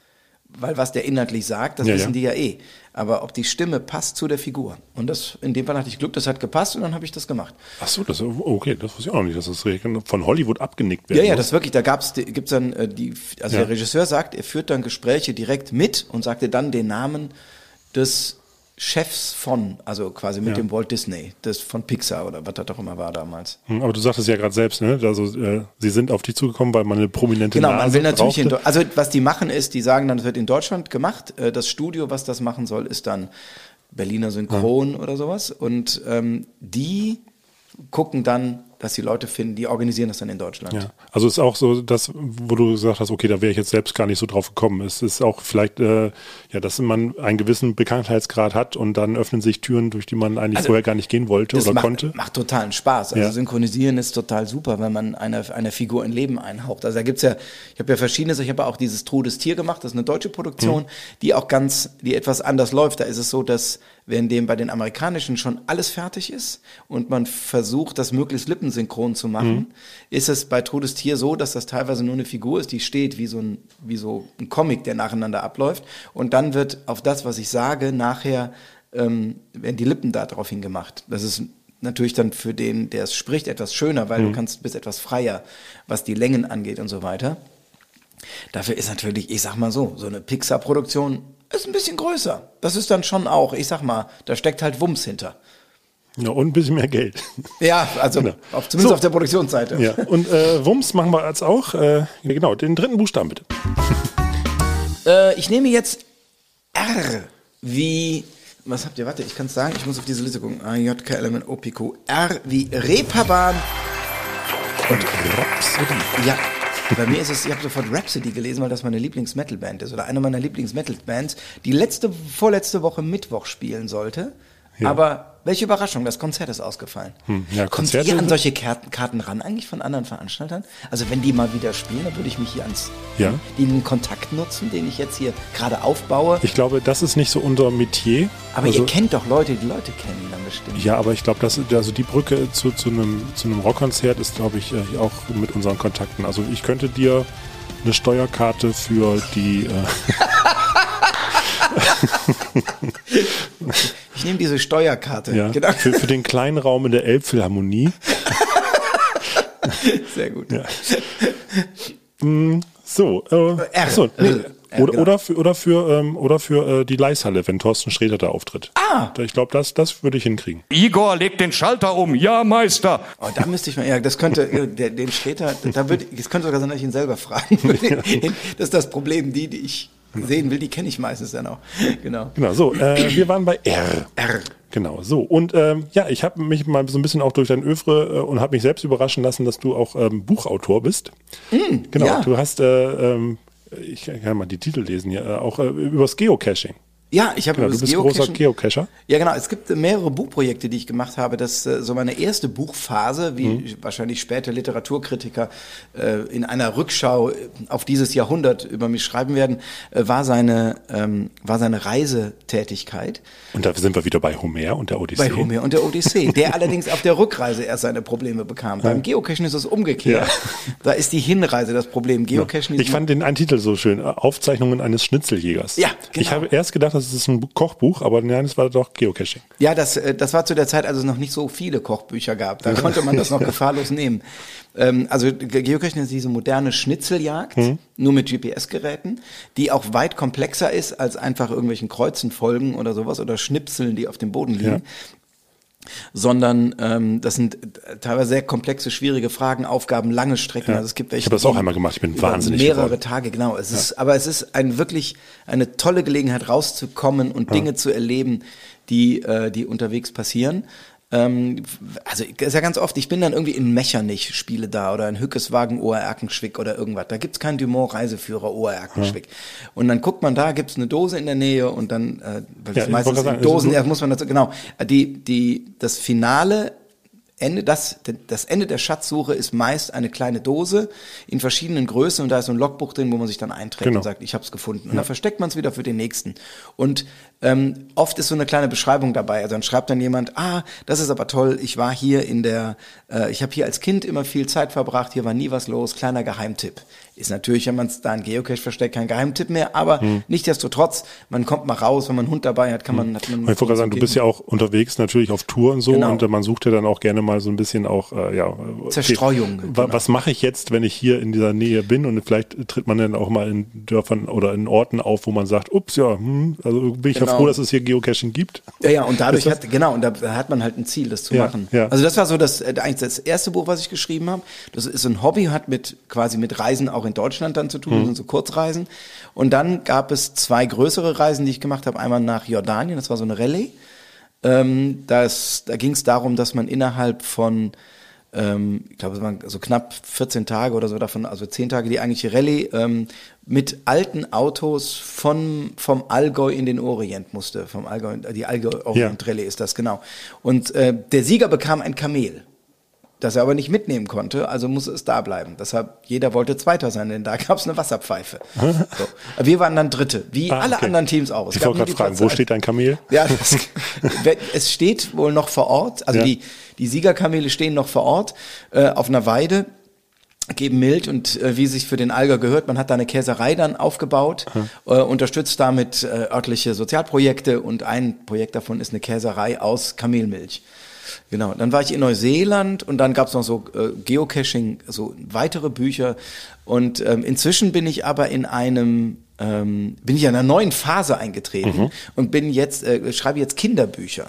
weil was der inhaltlich sagt, das wissen die ja eh. Aber ob die Stimme passt zu der Figur. Und das, in dem Fall hatte ich Glück, das hat gepasst und dann habe ich das gemacht. Ach so, das wusste ich auch noch nicht, dass das von Hollywood abgenickt wird. Ja, das wirklich, da gibt's dann der Regisseur sagt, er führt dann Gespräche direkt mit und sagte dann den Namen des Chefs also quasi mit dem Walt Disney, das von Pixar oder was das auch immer war damals. Aber du sagtest ja gerade selbst, ne? Also sie sind auf dich zugekommen, weil man eine prominente Nase man will natürlich brauchte. also was die machen ist, die sagen dann, es wird in Deutschland gemacht. Das Studio, was das machen soll, ist dann Berliner Synchron oder sowas. Und die gucken dann, dass die Leute finden, die organisieren das dann in Deutschland. Ja. Also es ist auch so, dass, wo du gesagt hast, okay, da wäre ich jetzt selbst gar nicht so drauf gekommen. Es ist auch vielleicht, dass man einen gewissen Bekanntheitsgrad hat und dann öffnen sich Türen, durch die man eigentlich vorher gar nicht gehen wollte oder konnte. Macht totalen Spaß. Also Synchronisieren ist total super, wenn man einer Figur ein Leben einhaucht. Also da gibt's ja, ich habe ja verschiedenes, ich habe ja auch dieses Todestier gemacht, das ist eine deutsche Produktion, die etwas anders läuft. Da ist es so, dass während bei den amerikanischen schon alles fertig ist und man versucht, das möglichst lippensynchron zu machen, ist es bei Todestier so, dass das teilweise nur eine Figur ist, die steht wie so ein Comic, der nacheinander abläuft. Und dann wird auf das, was ich sage, nachher werden die Lippen da drauf hingemacht. Das ist natürlich dann für den, der es spricht, etwas schöner, weil du bist etwas freier, was die Längen angeht und so weiter. Dafür ist natürlich, ich sag mal so eine Pixar-Produktion ist ein bisschen größer. Das ist dann schon auch, ich sag mal, da steckt halt Wumms hinter. Ja, und ein bisschen mehr Geld. Ja, also genau. Zumindest auf der Produktionsseite. Ja. Und Wumms machen wir jetzt auch. Genau, den dritten Buchstaben bitte. Ich nehme jetzt R wie, was habt ihr, warte, ich kann es sagen, ich muss auf diese Liste gucken. A, J, K, L, M, N, O, P, Q, R wie Reeperbahn und Rhapsody. Ja. Bei mir ist es, ich habe sofort Rhapsody gelesen, weil das meine Lieblings-Metal-Band ist oder eine meiner Lieblings-Metal-Bands, die vorletzte Woche Mittwoch spielen sollte. Ja. Aber welche Überraschung, das Konzert ist ausgefallen. Ja, kommt ihr an solche Karten ran eigentlich von anderen Veranstaltern? Also wenn die mal wieder spielen, dann würde ich mich hier den Kontakt nutzen, den ich jetzt hier gerade aufbaue. Ich glaube, das ist nicht so unser Metier. Aber ihr kennt doch Leute, die Leute kennen dann bestimmt. Ja, aber ich glaube, also die Brücke zu einem Rockkonzert ist, glaube ich, auch mit unseren Kontakten. Also ich könnte dir eine Steuerkarte für die... Ich nehme diese Steuerkarte. Ja, genau. für den kleinen Raum in der Elbphilharmonie. Sehr gut. Ja. Oder für die Leishalle, wenn Thorsten Sträter da auftritt. Ich glaube, das würde ich hinkriegen. Igor, leg den Schalter um. Ja, Meister. Oh, da müsste ich mal, das könnte, den Sträter, es könnte sogar sein, dass ich ihn selber fragen würde. Das ist das Problem, die ich sehen will, die kenne ich meistens dann auch. Genau, so, wir waren bei R. R. Genau, so. Und ich habe mich mal so ein bisschen auch durch dein Oeuvre und habe mich selbst überraschen lassen, dass du auch Buchautor bist. Genau, ja. Du hast, ich kann mal die Titel lesen hier, auch übers Geocaching. Ja, ich habe du bist großer Geocacher. Ja, genau. Es gibt mehrere Buchprojekte, die ich gemacht habe. Das so meine erste Buchphase, wie wahrscheinlich später Literaturkritiker in einer Rückschau auf dieses Jahrhundert über mich schreiben werden, war seine Reisetätigkeit. Und da sind wir wieder bei Homer und der Odyssee. Bei Homer und der Odyssee, der allerdings auf der Rückreise erst seine Probleme bekam. Beim Geocachen ist es umgekehrt. Ja. Da ist die Hinreise das Problem. Geocachen Ich fand den einen Titel so schön, Aufzeichnungen eines Schnitzeljägers. Ja, genau. Ich habe erst gedacht, das ist ein Kochbuch, aber nein, es war doch Geocaching. Ja, das war zu der Zeit, als es noch nicht so viele Kochbücher gab. Da konnte man das noch gefahrlos nehmen. Also Geocaching ist diese moderne Schnitzeljagd, nur mit GPS-Geräten, die auch weit komplexer ist, als einfach irgendwelchen Kreuzen folgen oder sowas oder Schnipseln, die auf dem Boden liegen. Ja. Sondern das sind teilweise sehr komplexe, schwierige Fragen, Aufgaben, lange Strecken. Ja. Also es gibt welche, ich habe das auch einmal gemacht, ich bin wahnsinnig mehrere geworden. Tage, genau. Es ist wirklich eine tolle Gelegenheit, rauszukommen und Dinge zu erleben, die unterwegs passieren. Also ist ja ganz oft, ich bin dann irgendwie in Mechernich, spiele da oder in Hückeswagen, Ohr-Erkenschwick oder irgendwas. Da gibt's keinen Dumont-Reiseführer, Ohr-Erkenschwick. Und dann guckt man da, gibt's eine Dose in der Nähe und dann, weil das meistens Dosen, muss man dazu, genau. Das Finale Ende der Schatzsuche ist meist eine kleine Dose in verschiedenen Größen und da ist so ein Logbuch drin, wo man sich dann einträgt und sagt, ich habe es gefunden. Und dann versteckt man es wieder für den nächsten. Und oft ist so eine kleine Beschreibung dabei. Also dann schreibt dann jemand, das ist aber toll, ich war hier ich habe hier als Kind immer viel Zeit verbracht, hier war nie was los, kleiner Geheimtipp. Ist natürlich, wenn man es da in Geocache versteckt, kein Geheimtipp mehr, aber nichtsdestotrotz, man kommt mal raus, wenn man einen Hund dabei hat, hat man ich wollte gerade sagen, du bist ja auch unterwegs natürlich auf Tour und so und man sucht ja dann auch gerne mal so ein bisschen auch Zerstreuung. Was mache ich jetzt, wenn ich hier in dieser Nähe bin und vielleicht tritt man dann auch mal in Dörfern oder in Orten auf, wo man sagt, ups, also bin ich ja froh, dass es hier Geocaching gibt. Ja, und dadurch und da hat man halt ein Ziel, das zu machen. Ja. Also das war so eigentlich das erste Buch, was ich geschrieben habe. Das ist ein Hobby, hat mit Reisen auch in Deutschland dann zu tun, das sind so Kurzreisen. Und dann gab es 2 größere Reisen, die ich gemacht habe. Einmal nach Jordanien, das war so eine Rallye. Da ging es darum, dass man innerhalb von, ich glaube, es waren so knapp 14 Tage oder so davon, also 10 Tage die eigentliche Rallye, mit alten Autos vom Allgäu in den Orient musste. Die Allgäu-Orient-Rallye ist das, genau. Und der Sieger bekam ein Kamel, das er aber nicht mitnehmen konnte, also musste es da bleiben. Deshalb, jeder wollte Zweiter sein, denn da gab es eine Wasserpfeife. So. Wir waren dann Dritte, wie alle anderen Teams auch. Ich wollte gerade fragen, wo steht dein Kamel? Ja, es steht wohl noch vor Ort, also die Siegerkamele stehen noch vor Ort, auf einer Weide, geben Milch und wie sich für den Allgäu gehört, man hat da eine Käserei dann aufgebaut, unterstützt damit örtliche Sozialprojekte und ein Projekt davon ist eine Käserei aus Kamelmilch. Genau, dann war ich in Neuseeland und dann gab es noch so Geocaching, so weitere Bücher und inzwischen bin ich aber in einer neuen Phase eingetreten und schreibe jetzt Kinderbücher.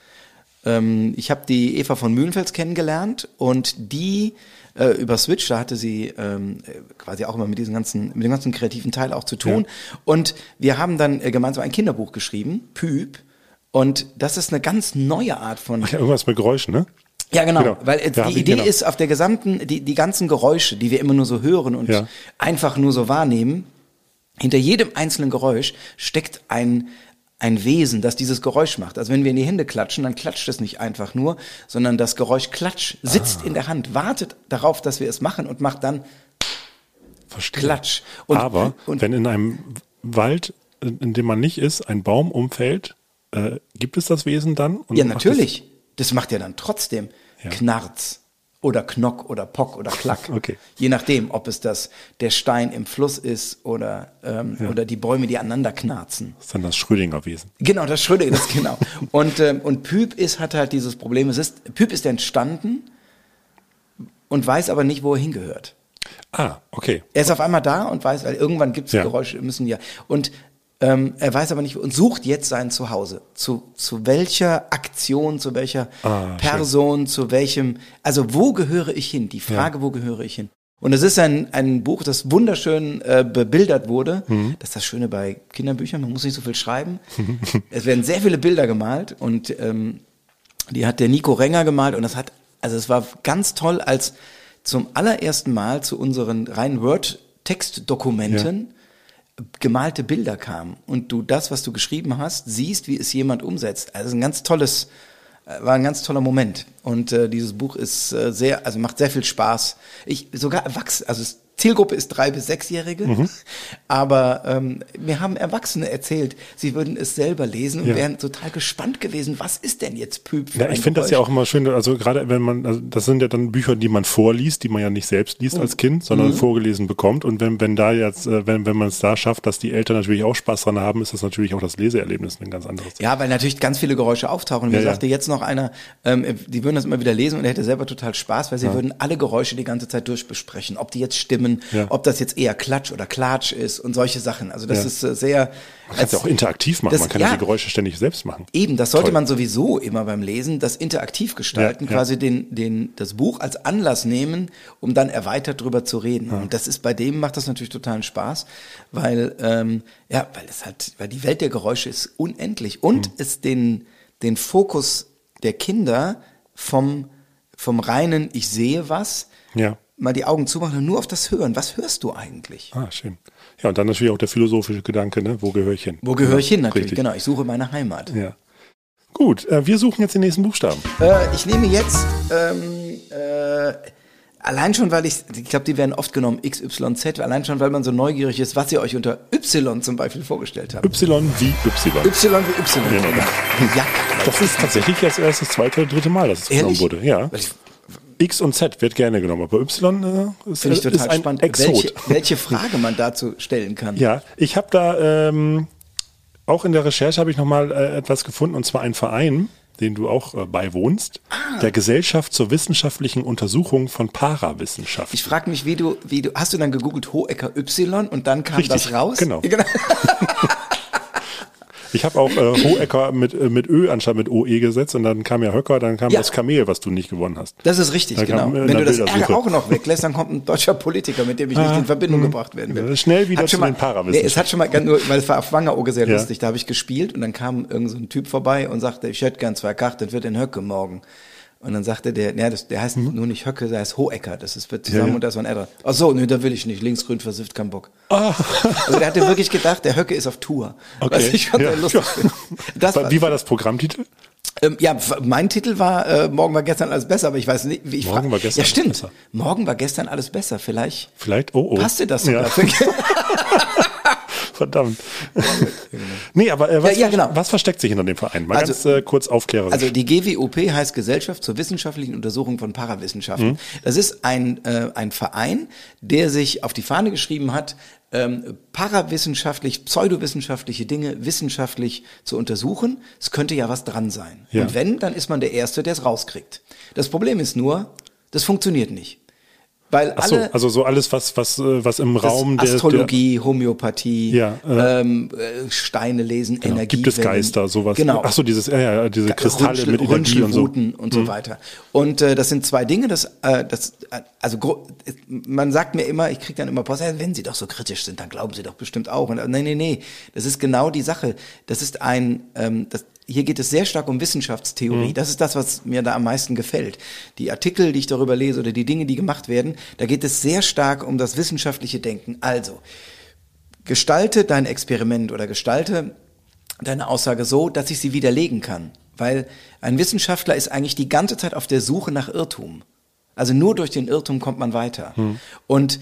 Ich habe die Eva von Mühlenfels kennengelernt und die über Switch, da hatte sie quasi auch immer mit dem ganzen kreativen Teil auch zu tun und wir haben dann gemeinsam ein Kinderbuch geschrieben, Püp. Und das ist eine ganz neue Art von... irgendwas mit Geräuschen, ne? Ja, genau. Weil die Idee ist, auf der gesamten, die ganzen Geräusche, die wir immer nur so hören und einfach nur so wahrnehmen, hinter jedem einzelnen Geräusch steckt ein Wesen, das dieses Geräusch macht. Also wenn wir in die Hände klatschen, dann klatscht es nicht einfach nur, sondern das Geräusch Klatsch sitzt in der Hand, wartet darauf, dass wir es machen und macht dann Klatsch. Aber wenn in einem Wald, in dem man nicht ist, ein Baum umfällt, gibt es das Wesen dann? Und ja, natürlich. Das macht ja dann trotzdem Knarz oder Knock oder Pock oder Klack. Okay. Je nachdem, ob es der Stein im Fluss ist oder die Bäume, die aneinander knarzen. Das ist dann das Schrödinger-Wesen. Genau, das Schrödinger, das genau. Und Püp hat halt dieses Problem. Püp ist entstanden und weiß aber nicht, wo er hingehört. Okay. Er ist auf einmal da und weiß, weil irgendwann gibt es Geräusche, müssen und er weiß aber nicht und sucht jetzt sein Zuhause. Zu welcher Aktion, zu welcher Person, schön. Zu welchem, also wo gehöre ich hin? Die Frage, wo gehöre ich hin? Und es ist ein Buch, das wunderschön bebildert wurde. Das ist das Schöne bei Kinderbüchern, man muss nicht so viel schreiben. Es werden sehr viele Bilder gemalt und die hat der Nico Renger gemalt und es war ganz toll, als zum allerersten Mal zu unseren reinen Word-Textdokumenten gemalte Bilder kamen und du das, was du geschrieben hast, siehst, wie es jemand umsetzt. Also war ein ganz toller Moment. Und dieses Buch ist macht sehr viel Spaß. Sogar erwachsen, Zielgruppe ist 3- bis 6-Jährige, aber mir haben Erwachsene erzählt, sie würden es selber lesen und wären total gespannt gewesen, was ist denn jetzt Püp für ich finde das ja auch immer schön, also gerade wenn man, das sind ja dann Bücher, die man vorliest, die man ja nicht selbst liest als Kind, sondern vorgelesen bekommt und wenn man es da schafft, dass die Eltern natürlich auch Spaß dran haben, ist das natürlich auch das Leseerlebnis ein ganz anderes. Ja, weil natürlich ganz viele Geräusche auftauchen. Mir sagte jetzt noch einer, die würden das immer wieder lesen und er hätte selber total Spaß, weil sie würden alle Geräusche die ganze Zeit durchbesprechen, ob die jetzt stimmen, ob das jetzt eher Klatsch oder Klatsch ist und solche Sachen. Also das ist sehr... Man kann es ja auch interaktiv machen, man kann ja die Geräusche ständig selbst machen. Eben, das sollte man sowieso immer beim Lesen, das interaktiv gestalten, quasi das Buch als Anlass nehmen, um dann erweitert drüber zu reden. Und das ist macht das natürlich totalen Spaß, weil die Welt der Geräusche ist unendlich und es den Fokus der Kinder vom reinen Ich sehe was, mal die Augen zumachen und nur auf das Hören. Was hörst du eigentlich? Schön. Ja, und dann natürlich auch der philosophische Gedanke, ne? Wo gehöre ich hin? Wo gehöre ich hin, natürlich, richtig. Genau. Ich suche meine Heimat. Ja. Gut, wir suchen jetzt den nächsten Buchstaben. Ich nehme jetzt, allein schon, weil ich glaube, die werden oft genommen, XYZ, allein schon, weil man so neugierig ist, was ihr euch unter Y zum Beispiel vorgestellt habt. Y wie Y. Y wie Y. Genau. Ja. Das ist tatsächlich jetzt erst das zweite oder dritte Mal, dass es genommen wurde. Ja. X und Z wird gerne genommen, aber Y ist Finde ich total ein spannend, Exot. welche Frage man dazu stellen kann. Ja, ich habe da auch in der Recherche habe ich nochmal etwas gefunden, und zwar einen Verein, den du auch beiwohnst, der Gesellschaft zur wissenschaftlichen Untersuchung von Parawissenschaften. Ich frage mich, wie du, hast du dann gegoogelt Hohecker Y und dann kam Richtig, das raus? Genau. Ich habe auch Hohecker mit Ö anstatt mit OE gesetzt, und dann kam ja Höcker, dann kam das Kamel, was du nicht gewonnen hast. Das ist richtig, dann genau. kam, Wenn du das R Bildersuche. auch noch weglässt, dann kommt ein deutscher Politiker, mit dem ich nicht in Verbindung gebracht werden will. Schnell wieder zu den Parawissenschaften. Es hat schon mal, weil es war auf Wangerooge sehr lustig, da habe ich gespielt und dann kam irgend so ein Typ vorbei und sagte, ich hätte gern 2 Karten, das wird in Höcke morgen. Und dann sagte der heißt nur nicht Höcke, der heißt Hohecker, wird zusammen und da ist ein R dran. Ach so, nee, da will ich nicht, linksgrün versifft, kein Bock. Also der hatte wirklich gedacht, der Höcke ist auf Tour. Okay. Was ich schon sehr lustig finde. Wie war das Programmtitel? Mein Titel war Morgen war gestern alles besser, aber ich weiß nicht, wie ich Morgen war gestern Ja, stimmt. alles besser. Morgen war gestern alles besser, vielleicht. Oh. Passt dir das sogar? Ja. Verdammt. Nee, aber was versteckt sich hinter dem Verein? Mal ganz kurz aufklärerisch. Also die GWOP heißt Gesellschaft zur wissenschaftlichen Untersuchung von Parawissenschaften. Das ist ein Verein, der sich auf die Fahne geschrieben hat, pseudowissenschaftliche Dinge wissenschaftlich zu untersuchen. Es könnte ja was dran sein. Ja. Und wenn, dann ist man der Erste, der es rauskriegt. Das Problem ist nur, das funktioniert nicht. Weil also so alles, was im Raum der Astrologie, Homöopathie, Ja, Steine lesen, genau. Energie. Gibt es Geister, sowas? Genau. Ach so, diese Kristalle mit Energie und so. Und so weiter. Und das sind 2 Dinge, man sagt mir immer, ich kriege dann immer Post, wenn Sie doch so kritisch sind, dann glauben Sie doch bestimmt auch. Und nee, das ist genau die Sache. Das ist hier geht es sehr stark um Wissenschaftstheorie. Das ist das, was mir da am meisten gefällt. Die Artikel, die ich darüber lese oder die Dinge, die gemacht werden, da geht es sehr stark um das wissenschaftliche Denken. Also, gestalte dein Experiment oder gestalte deine Aussage so, dass ich sie widerlegen kann. Weil ein Wissenschaftler ist eigentlich die ganze Zeit auf der Suche nach Irrtum. Also nur durch den Irrtum kommt man weiter. Und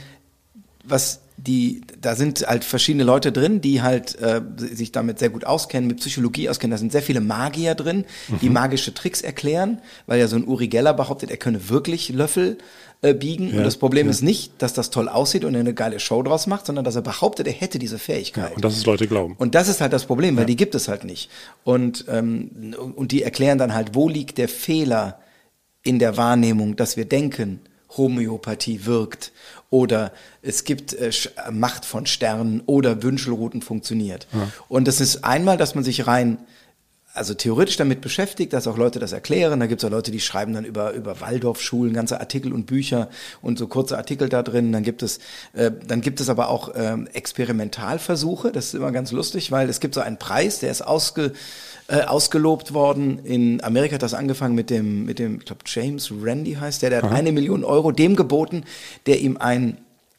da sind halt verschiedene Leute drin, die halt sich damit sehr gut auskennen, mit Psychologie auskennen. Da sind sehr viele Magier drin, die magische Tricks erklären, weil ja so ein Uri Geller behauptet, er könne wirklich Löffel biegen. Ja, und das Problem ist nicht, dass das toll aussieht und er eine geile Show draus macht, sondern dass er behauptet, er hätte diese Fähigkeit. Ja, und dass es Leute glauben. Und das ist halt das Problem, weil die gibt es halt nicht. Und die erklären dann halt, wo liegt der Fehler in der Wahrnehmung, dass wir denken, Homöopathie wirkt oder es gibt Macht von Sternen oder Wünschelrouten funktioniert. Ja. Und das ist einmal, dass man sich theoretisch damit beschäftigt, dass auch Leute das erklären. Da gibt es auch Leute, die schreiben dann über Waldorfschulen ganze Artikel und Bücher und so kurze Artikel da drin. Dann gibt es aber auch Experimentalversuche. Das ist immer ganz lustig, weil es gibt so einen Preis, der ist ausgelobt worden. In Amerika hat das angefangen mit dem, ich glaube James Randi heißt der hat 1 Million Euro dem geboten, der ihm ein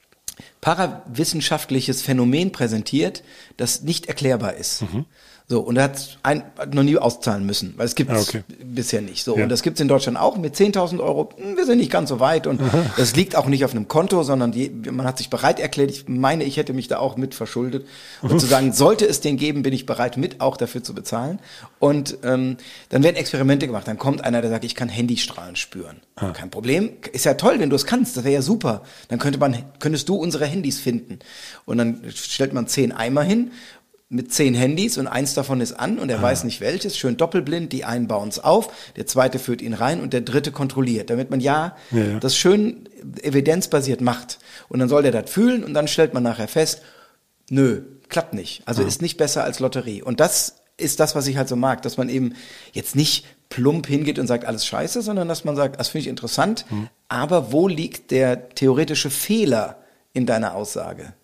parawissenschaftliches Phänomen präsentiert, das nicht erklärbar ist. So, und er hat noch nie auszahlen müssen, weil es gibt es bisher nicht. So, und das gibt es in Deutschland auch mit 10.000 Euro. Wir sind nicht ganz so weit und das liegt auch nicht auf einem Konto, sondern man hat sich bereit erklärt. Ich meine, ich hätte mich da auch mit verschuldet. Und zu sagen, sollte es den geben, bin ich bereit, mit auch dafür zu bezahlen. Und dann werden Experimente gemacht. Dann kommt einer, der sagt, ich kann Handystrahlen spüren. Kein Problem. Ist ja toll, wenn du es kannst. Das wäre ja super. Dann könntest du unsere Handys finden. Und dann stellt man 10 Eimer hin mit 10 Handys und eins davon ist an und er weiß nicht welches, schön doppelblind, die einen bauen es auf, der zweite führt ihn rein und der dritte kontrolliert, damit man das schön evidenzbasiert macht. Und dann soll der das fühlen und dann stellt man nachher fest, nö, klappt nicht. Also ist nicht besser als Lotterie. Und das ist das, was ich halt so mag, dass man eben jetzt nicht plump hingeht und sagt, alles scheiße, sondern dass man sagt, das finde ich interessant, aber wo liegt der theoretische Fehler in deiner Aussage?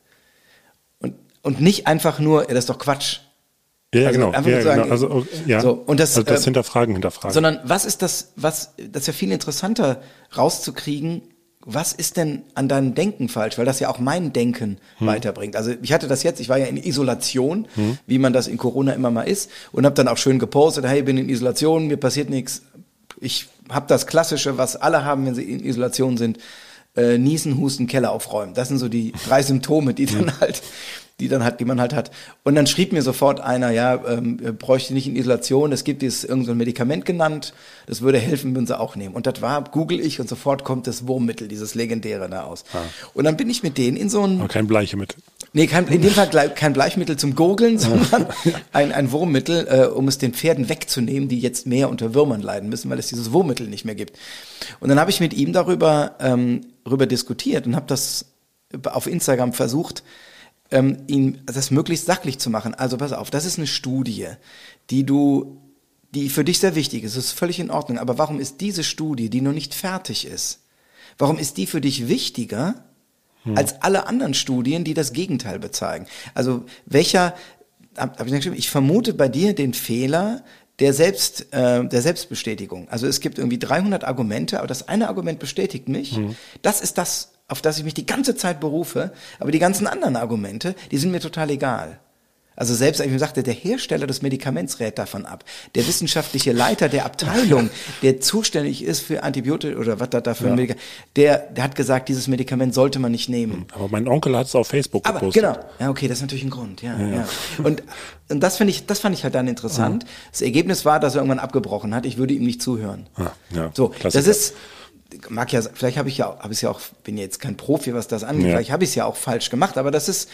Und nicht einfach nur, das ist doch Quatsch. Ja, genau. Einfach nur sagen, Also, so, und das Hinterfragen. Sondern was ist das, das ist ja viel interessanter rauszukriegen, was ist denn an deinem Denken falsch? Weil das ja auch mein Denken weiterbringt. Also ich hatte das jetzt, ich war ja in Isolation, wie man das in Corona immer mal ist, und habe dann auch schön gepostet, hey, ich bin in Isolation, mir passiert nichts. Ich habe das Klassische, was alle haben, wenn sie in Isolation sind, Niesen, Husten, Keller aufräumen. Das sind so die 3 Symptome, die man halt hat. Und dann schrieb mir sofort einer, bräuchte nicht in Isolation, es gibt irgend so ein Medikament genannt, das würde helfen, würden sie auch nehmen. Und das google ich, und sofort kommt das Wurmmittel, dieses legendäre da aus. Und dann bin ich mit denen in so ein... Aber kein Bleichemittel. Nee, in dem Fall kein Bleichmittel zum Gurgeln, sondern ein Wurmmittel, um es den Pferden wegzunehmen, die jetzt mehr unter Würmern leiden müssen, weil es dieses Wurmmittel nicht mehr gibt. Und dann habe ich mit ihm darüber diskutiert und habe das auf Instagram versucht, ihm das möglichst sachlich zu machen. Also pass auf, das ist eine Studie, die für dich sehr wichtig ist. Das ist völlig in Ordnung. Aber warum ist diese Studie, die noch nicht fertig ist, warum ist die für dich wichtiger als alle anderen Studien, die das Gegenteil bezeigen? Also ich vermute bei dir den Fehler der Selbstbestätigung. Also es gibt irgendwie 300 Argumente, aber das eine Argument bestätigt mich. Das ist das, auf das ich mich die ganze Zeit berufe, aber die ganzen anderen Argumente, die sind mir total egal. Also selbst, wie ich sagte, der Hersteller des Medikaments rät davon ab. Der wissenschaftliche Leiter der Abteilung, der zuständig ist für Antibiotika oder was da für ein Medikament, der hat gesagt, dieses Medikament sollte man nicht nehmen. Aber mein Onkel hat es auf Facebook gepostet. Genau. Ja, okay, das ist natürlich ein Grund. Ja. Und das fand ich halt dann interessant. Das Ergebnis war, dass er irgendwann abgebrochen hat. Ich würde ihm nicht zuhören. So, Klassiker. Das ist... Mag ja, vielleicht bin ja jetzt kein Profi, was das angeht, vielleicht habe ich es ja auch falsch gemacht, aber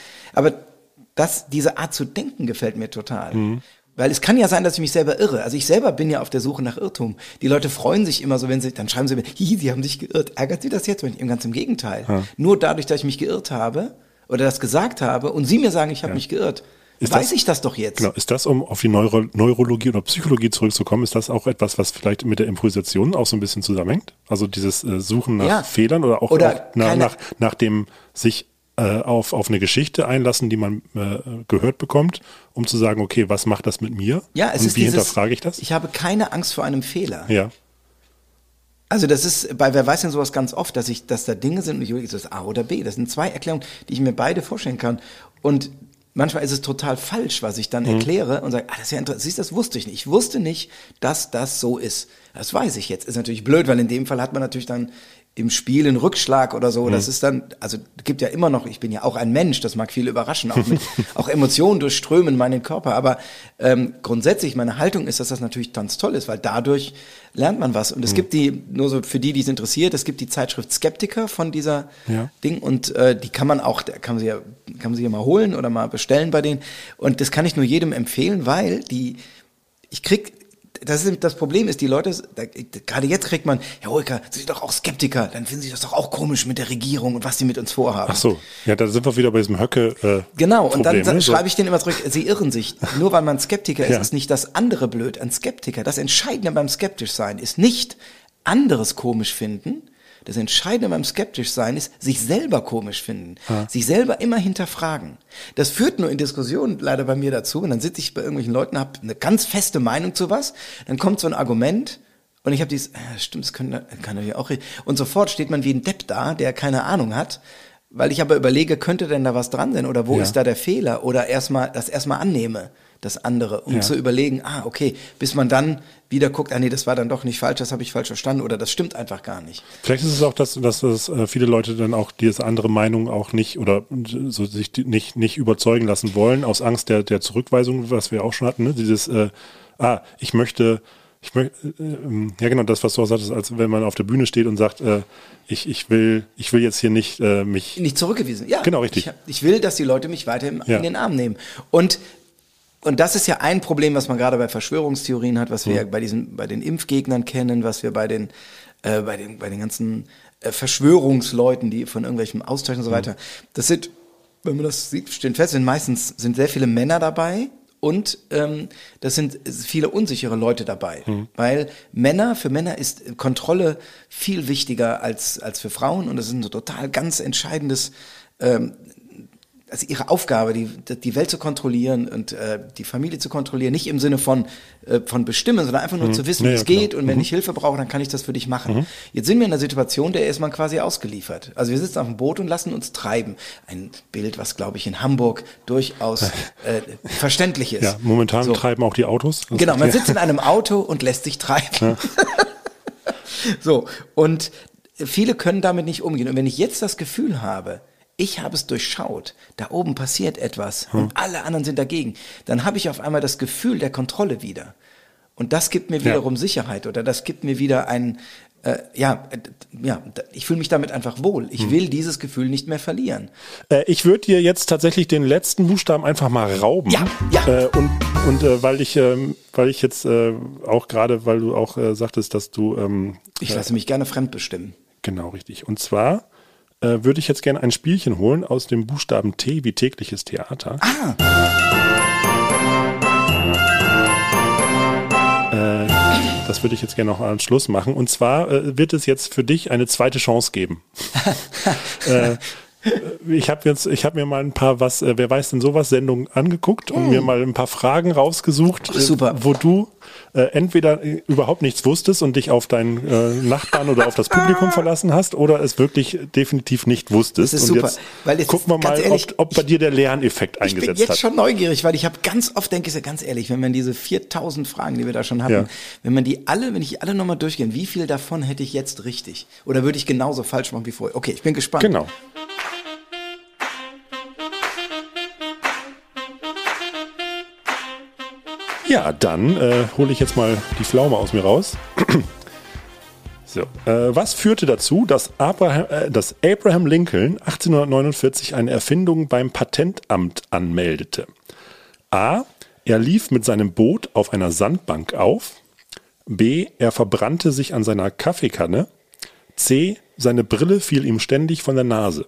diese Art zu denken gefällt mir total. Weil es kann ja sein, dass ich mich selber irre. Also ich selber bin ja auf der Suche nach Irrtum. Die Leute freuen sich immer so, dann schreiben sie mir, sie haben sich geirrt. Ärgert sie das jetzt? Ganz im Gegenteil. Nur dadurch, dass ich mich geirrt habe oder das gesagt habe und sie mir sagen, ich habe mich geirrt, weiß ich das doch jetzt. Genau, ist das, um auf die Neurologie oder Psychologie zurückzukommen, ist das auch etwas, was vielleicht mit der Improvisation auch so ein bisschen zusammenhängt? Also dieses Suchen nach Fehlern oder auch nach dem sich auf eine Geschichte einlassen, die man gehört bekommt, um zu sagen, okay, was macht das mit mir? Ja, und wie hinterfrage ich das? Ich habe keine Angst vor einem Fehler. Ja. Also das ist, bei wer weiß denn sowas ganz oft, dass da Dinge sind und ich überlege, ist das A oder B? Das sind 2 Erklärungen, die ich mir beide vorstellen kann. Und manchmal ist es total falsch, was ich dann erkläre und sage, das ist ja interessant, siehst du, das wusste ich nicht. Ich wusste nicht, dass das so ist. Das weiß ich jetzt. Ist natürlich blöd, weil in dem Fall hat man natürlich dann im Spiel einen Rückschlag oder so. Das ist dann, also gibt ja immer noch, ich bin ja auch ein Mensch, das mag viele überraschen, auch Emotionen durchströmen meinen Körper, aber grundsätzlich meine Haltung ist, dass das natürlich ganz toll ist, weil dadurch lernt man was. Und es gibt nur so für die es interessiert, es gibt die Zeitschrift Skeptiker von dieser Ding und die kann man sie ja mal holen oder mal bestellen bei denen. Und das kann ich nur jedem empfehlen, weil das Problem ist, die Leute, gerade jetzt kriegt man, Herr Holker, Sie sind doch auch Skeptiker, dann finden Sie das doch auch komisch mit der Regierung und was die mit uns vorhaben. Ach so, ja, da sind wir wieder bei diesem Höcke. Genau, und dann schreibe ich denen immer zurück, Sie irren sich. Nur weil man Skeptiker ist, ist nicht das andere blöd. Ein Skeptiker, das Entscheidende beim Skeptischsein ist nicht anderes komisch finden. Das Entscheidende beim Skeptischsein ist, sich selber komisch finden, sich selber immer hinterfragen. Das führt nur in Diskussionen leider bei mir dazu, und dann sitze ich bei irgendwelchen Leuten, habe eine ganz feste Meinung zu was, dann kommt so ein Argument und ich habe dieses, stimmt, das kann er ja auch reden. Und sofort steht man wie ein Depp da, der keine Ahnung hat, weil ich aber überlege, könnte denn da was dran sein oder wo ist da der Fehler oder erstmal annehme, das andere, um zu überlegen, okay, bis man dann wieder guckt, nee, das war dann doch nicht falsch, das habe ich falsch verstanden oder das stimmt einfach gar nicht. Vielleicht ist es auch, dass viele Leute dann auch diese andere Meinung auch nicht oder so sich nicht überzeugen lassen wollen, aus Angst der Zurückweisung, was wir auch schon hatten, ne? Dieses, ich möchte, ja genau, das, was du auch sagtest, als wenn man auf der Bühne steht und sagt, ich will jetzt hier nicht mich... Nicht zurückgewiesen, ja. Genau, richtig. Ich will, dass die Leute mich weiter in den Arm nehmen. Und das ist ja ein Problem, was man gerade bei Verschwörungstheorien hat, was wir ja bei den Impfgegnern kennen, was wir bei den ganzen Verschwörungsleuten, die von irgendwelchem Austausch und so weiter. Das sind, wenn man das sieht, stehen fest, sind sehr viele Männer dabei und das sind viele unsichere Leute dabei. Weil für Männer ist Kontrolle viel wichtiger als für Frauen und das ist ein total ganz entscheidendes also ihre Aufgabe, die Welt zu kontrollieren und die Familie zu kontrollieren, nicht im Sinne von bestimmen, sondern einfach nur zu wissen, wie es geht und wenn ich Hilfe brauche, dann kann ich das für dich machen. Jetzt sind wir in einer Situation, der ist man quasi ausgeliefert. Also wir sitzen auf dem Boot und lassen uns treiben. Ein Bild, was, glaube ich, in Hamburg durchaus verständlich ist. Ja, momentan treiben auch die Autos. Genau, man sitzt in einem Auto und lässt sich treiben. Ja. So, und viele können damit nicht umgehen. Und wenn ich jetzt das Gefühl habe, ich habe es durchschaut, da oben passiert etwas und alle anderen sind dagegen, dann habe ich auf einmal das Gefühl der Kontrolle wieder. Und das gibt mir wiederum Sicherheit oder das gibt mir wieder ich fühle mich damit einfach wohl. Ich will dieses Gefühl nicht mehr verlieren. Ich würde dir jetzt tatsächlich den letzten Buchstaben einfach mal rauben. Ja. Weil ich jetzt auch gerade, weil du auch sagtest, dass du... ich lasse mich gerne fremdbestimmen. Genau, richtig. Und zwar würde ich jetzt gerne ein Spielchen holen aus dem Buchstaben T wie tägliches Theater. Das würde ich jetzt gerne noch am Schluss machen. Und zwar wird es jetzt für dich eine zweite Chance geben. Ich habe mir mal ein paar wer weiß denn sowas Sendungen angeguckt und mir mal ein paar Fragen rausgesucht, wo du entweder überhaupt nichts wusstest und dich auf deinen Nachbarn oder auf das Publikum verlassen hast oder es wirklich definitiv nicht wusstest. Das ist und super. Jetzt weil es gucken wir mal, ehrlich, ob bei dir der Lerneffekt eingesetzt hat. Ich bin jetzt schon neugierig, weil ich habe ganz oft, denke ich ganz ehrlich, wenn man diese 4000 Fragen, die wir da schon hatten, wenn ich alle nochmal durchgehen, wie viel davon hätte ich jetzt richtig? Oder würde ich genauso falsch machen wie vorher? Okay, ich bin gespannt. Genau. Ja, dann hole ich jetzt mal die Pflaume aus mir raus. So, was führte dazu, dass Abraham Lincoln 1849 eine Erfindung beim Patentamt anmeldete? A. Er lief mit seinem Boot auf einer Sandbank auf. B. Er verbrannte sich an seiner Kaffeekanne. C. Seine Brille fiel ihm ständig von der Nase.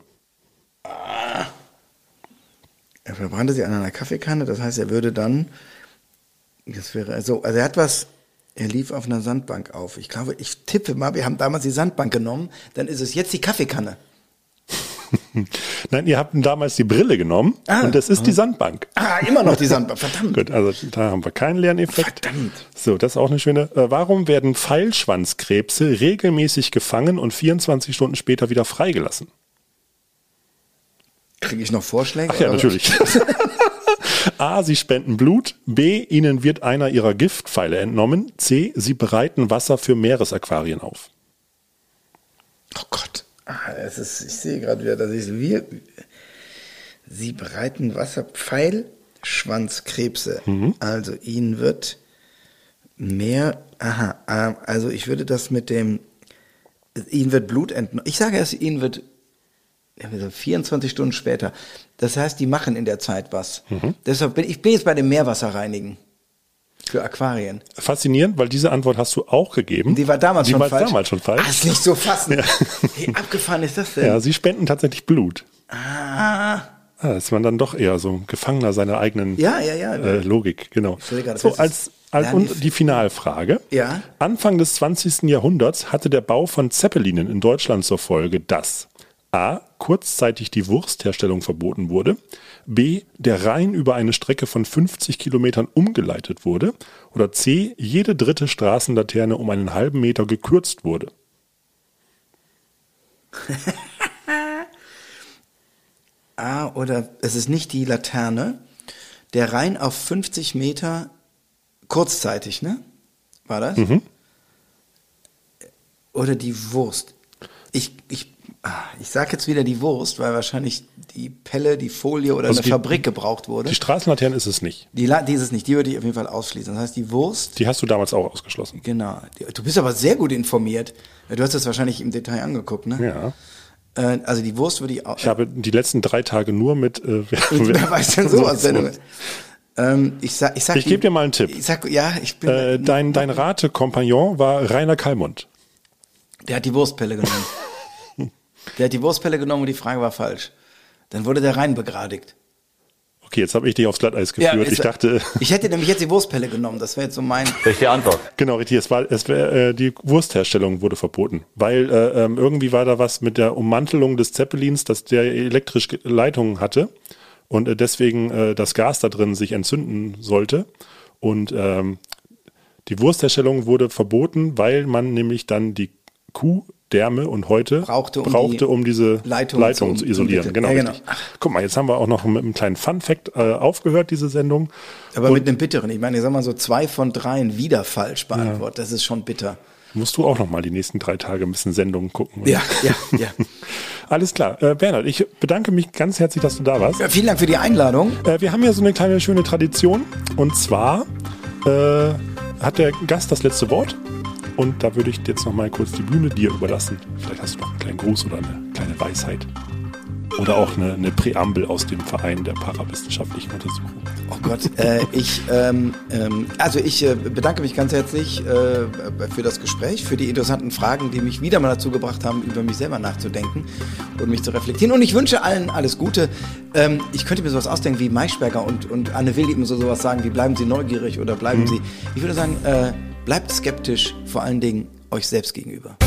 Er verbrannte sich an einer Kaffeekanne, das heißt, er würde dann... Das wäre so, also er lief auf einer Sandbank auf. Ich glaube, ich tippe mal, wir haben damals die Sandbank genommen, dann ist es jetzt die Kaffeekanne. Nein, ihr habt damals die Brille genommen und das ist die Sandbank. Immer noch die Sandbank, verdammt. Gut, also da haben wir keinen Lerneffekt. Verdammt. So, das ist auch eine schöne. Warum werden Pfeilschwanzkrebse regelmäßig gefangen und 24 Stunden später wieder freigelassen? Kriege ich noch Vorschläge? Ach ja, natürlich. A. Sie spenden Blut. B. Ihnen wird einer ihrer Giftpfeile entnommen. C. Sie bereiten Wasser für Meeresaquarien auf. Oh Gott. Ich sehe gerade wieder, dass Sie bereiten Wasser, Pfeilschwanzkrebse. Also ihnen wird mehr, also ich würde das mit dem, ihnen wird Blut entnommen. Ich sage erst, ihnen wird 24 Stunden später. Das heißt, die machen in der Zeit was. Deshalb bin ich jetzt bei dem Meerwasserreinigen für Aquarien. Faszinierend, weil diese Antwort hast du auch gegeben. Die war damals schon falsch. Das ist nicht so fassen. Ja. Wie abgefahren ist das denn? Ja, sie spenden tatsächlich Blut. Ist man dann doch eher so ein Gefangener seiner eigenen Logik. Genau. So, und die Finalfrage. Ja. Anfang des 20. Jahrhunderts hatte der Bau von Zeppelinen in Deutschland zur Folge, dass A. kurzzeitig die Wurstherstellung verboten wurde, B. der Rhein über eine Strecke von 50 Kilometern umgeleitet wurde oder C. jede dritte Straßenlaterne um einen halben Meter gekürzt wurde. Oder es ist nicht die Laterne, der Rhein auf 50 Meter kurzzeitig, ne? War das? Oder die Wurst. Ich sag jetzt wieder die Wurst, weil wahrscheinlich die Pelle, die Folie oder eine Fabrik gebraucht wurde. Die Straßenlaterne ist es nicht. Die ist es nicht, die würde ich auf jeden Fall ausschließen. Das heißt, die Wurst... Die hast du damals auch ausgeschlossen. Genau. Du bist aber sehr gut informiert. Du hast das wahrscheinlich im Detail angeguckt, ne? Ja. Also die Wurst würde ich auch... Ich habe die letzten 3 Tage nur mit... wer weiß denn sowas? Ich gebe dir mal einen Tipp. Dein Ratekompagnon war Rainer Kallmund. Der hat die Wurstpelle genommen. Und die Frage war falsch. Dann wurde der Rhein begradigt. Okay, jetzt habe ich dich aufs Glatteis geführt. Ich hätte nämlich jetzt die Wurstpelle genommen. Das wäre jetzt so mein... Richtige Antwort. Genau, richtig. Die Wurstherstellung wurde verboten. Weil irgendwie war da was mit der Ummantelung des Zeppelins, dass der elektrische Leitungen hatte. und deswegen das Gas da drin sich entzünden sollte. Und die Wurstherstellung wurde verboten, weil man nämlich dann die Kuhdärme und Häute brauchte, um diese Leitung zu isolieren. Genau, ja, genau. Guck mal, jetzt haben wir auch noch mit einem kleinen Fun-Fact aufgehört, diese Sendung. Aber mit einem bitteren. Ich meine, ich sag mal so 2 von 3 wieder falsch beantwortet. Ja. Das ist schon bitter. Musst du auch noch mal die nächsten 3 Tage ein bisschen Sendungen gucken. Oder? Ja. Alles klar. Bernhard, ich bedanke mich ganz herzlich, dass du da warst. Ja, vielen Dank für die Einladung. Wir haben ja so eine kleine schöne Tradition. Und zwar hat der Gast das letzte Wort. Und da würde ich jetzt noch mal kurz die Bühne dir überlassen. Vielleicht hast du noch einen kleinen Gruß oder eine kleine Weisheit. Oder auch eine Präambel aus dem Verein der parawissenschaftlichen Untersuchung. Oh Gott, ich bedanke mich ganz herzlich für das Gespräch, für die interessanten Fragen, die mich wieder mal dazu gebracht haben, über mich selber nachzudenken und mich zu reflektieren. Und ich wünsche allen alles Gute. Ich könnte mir sowas ausdenken wie Maischberger und Anne Will eben sowas sagen wie bleiben Sie neugierig oder bleiben Sie. Ich würde sagen, bleibt skeptisch, vor allen Dingen euch selbst gegenüber.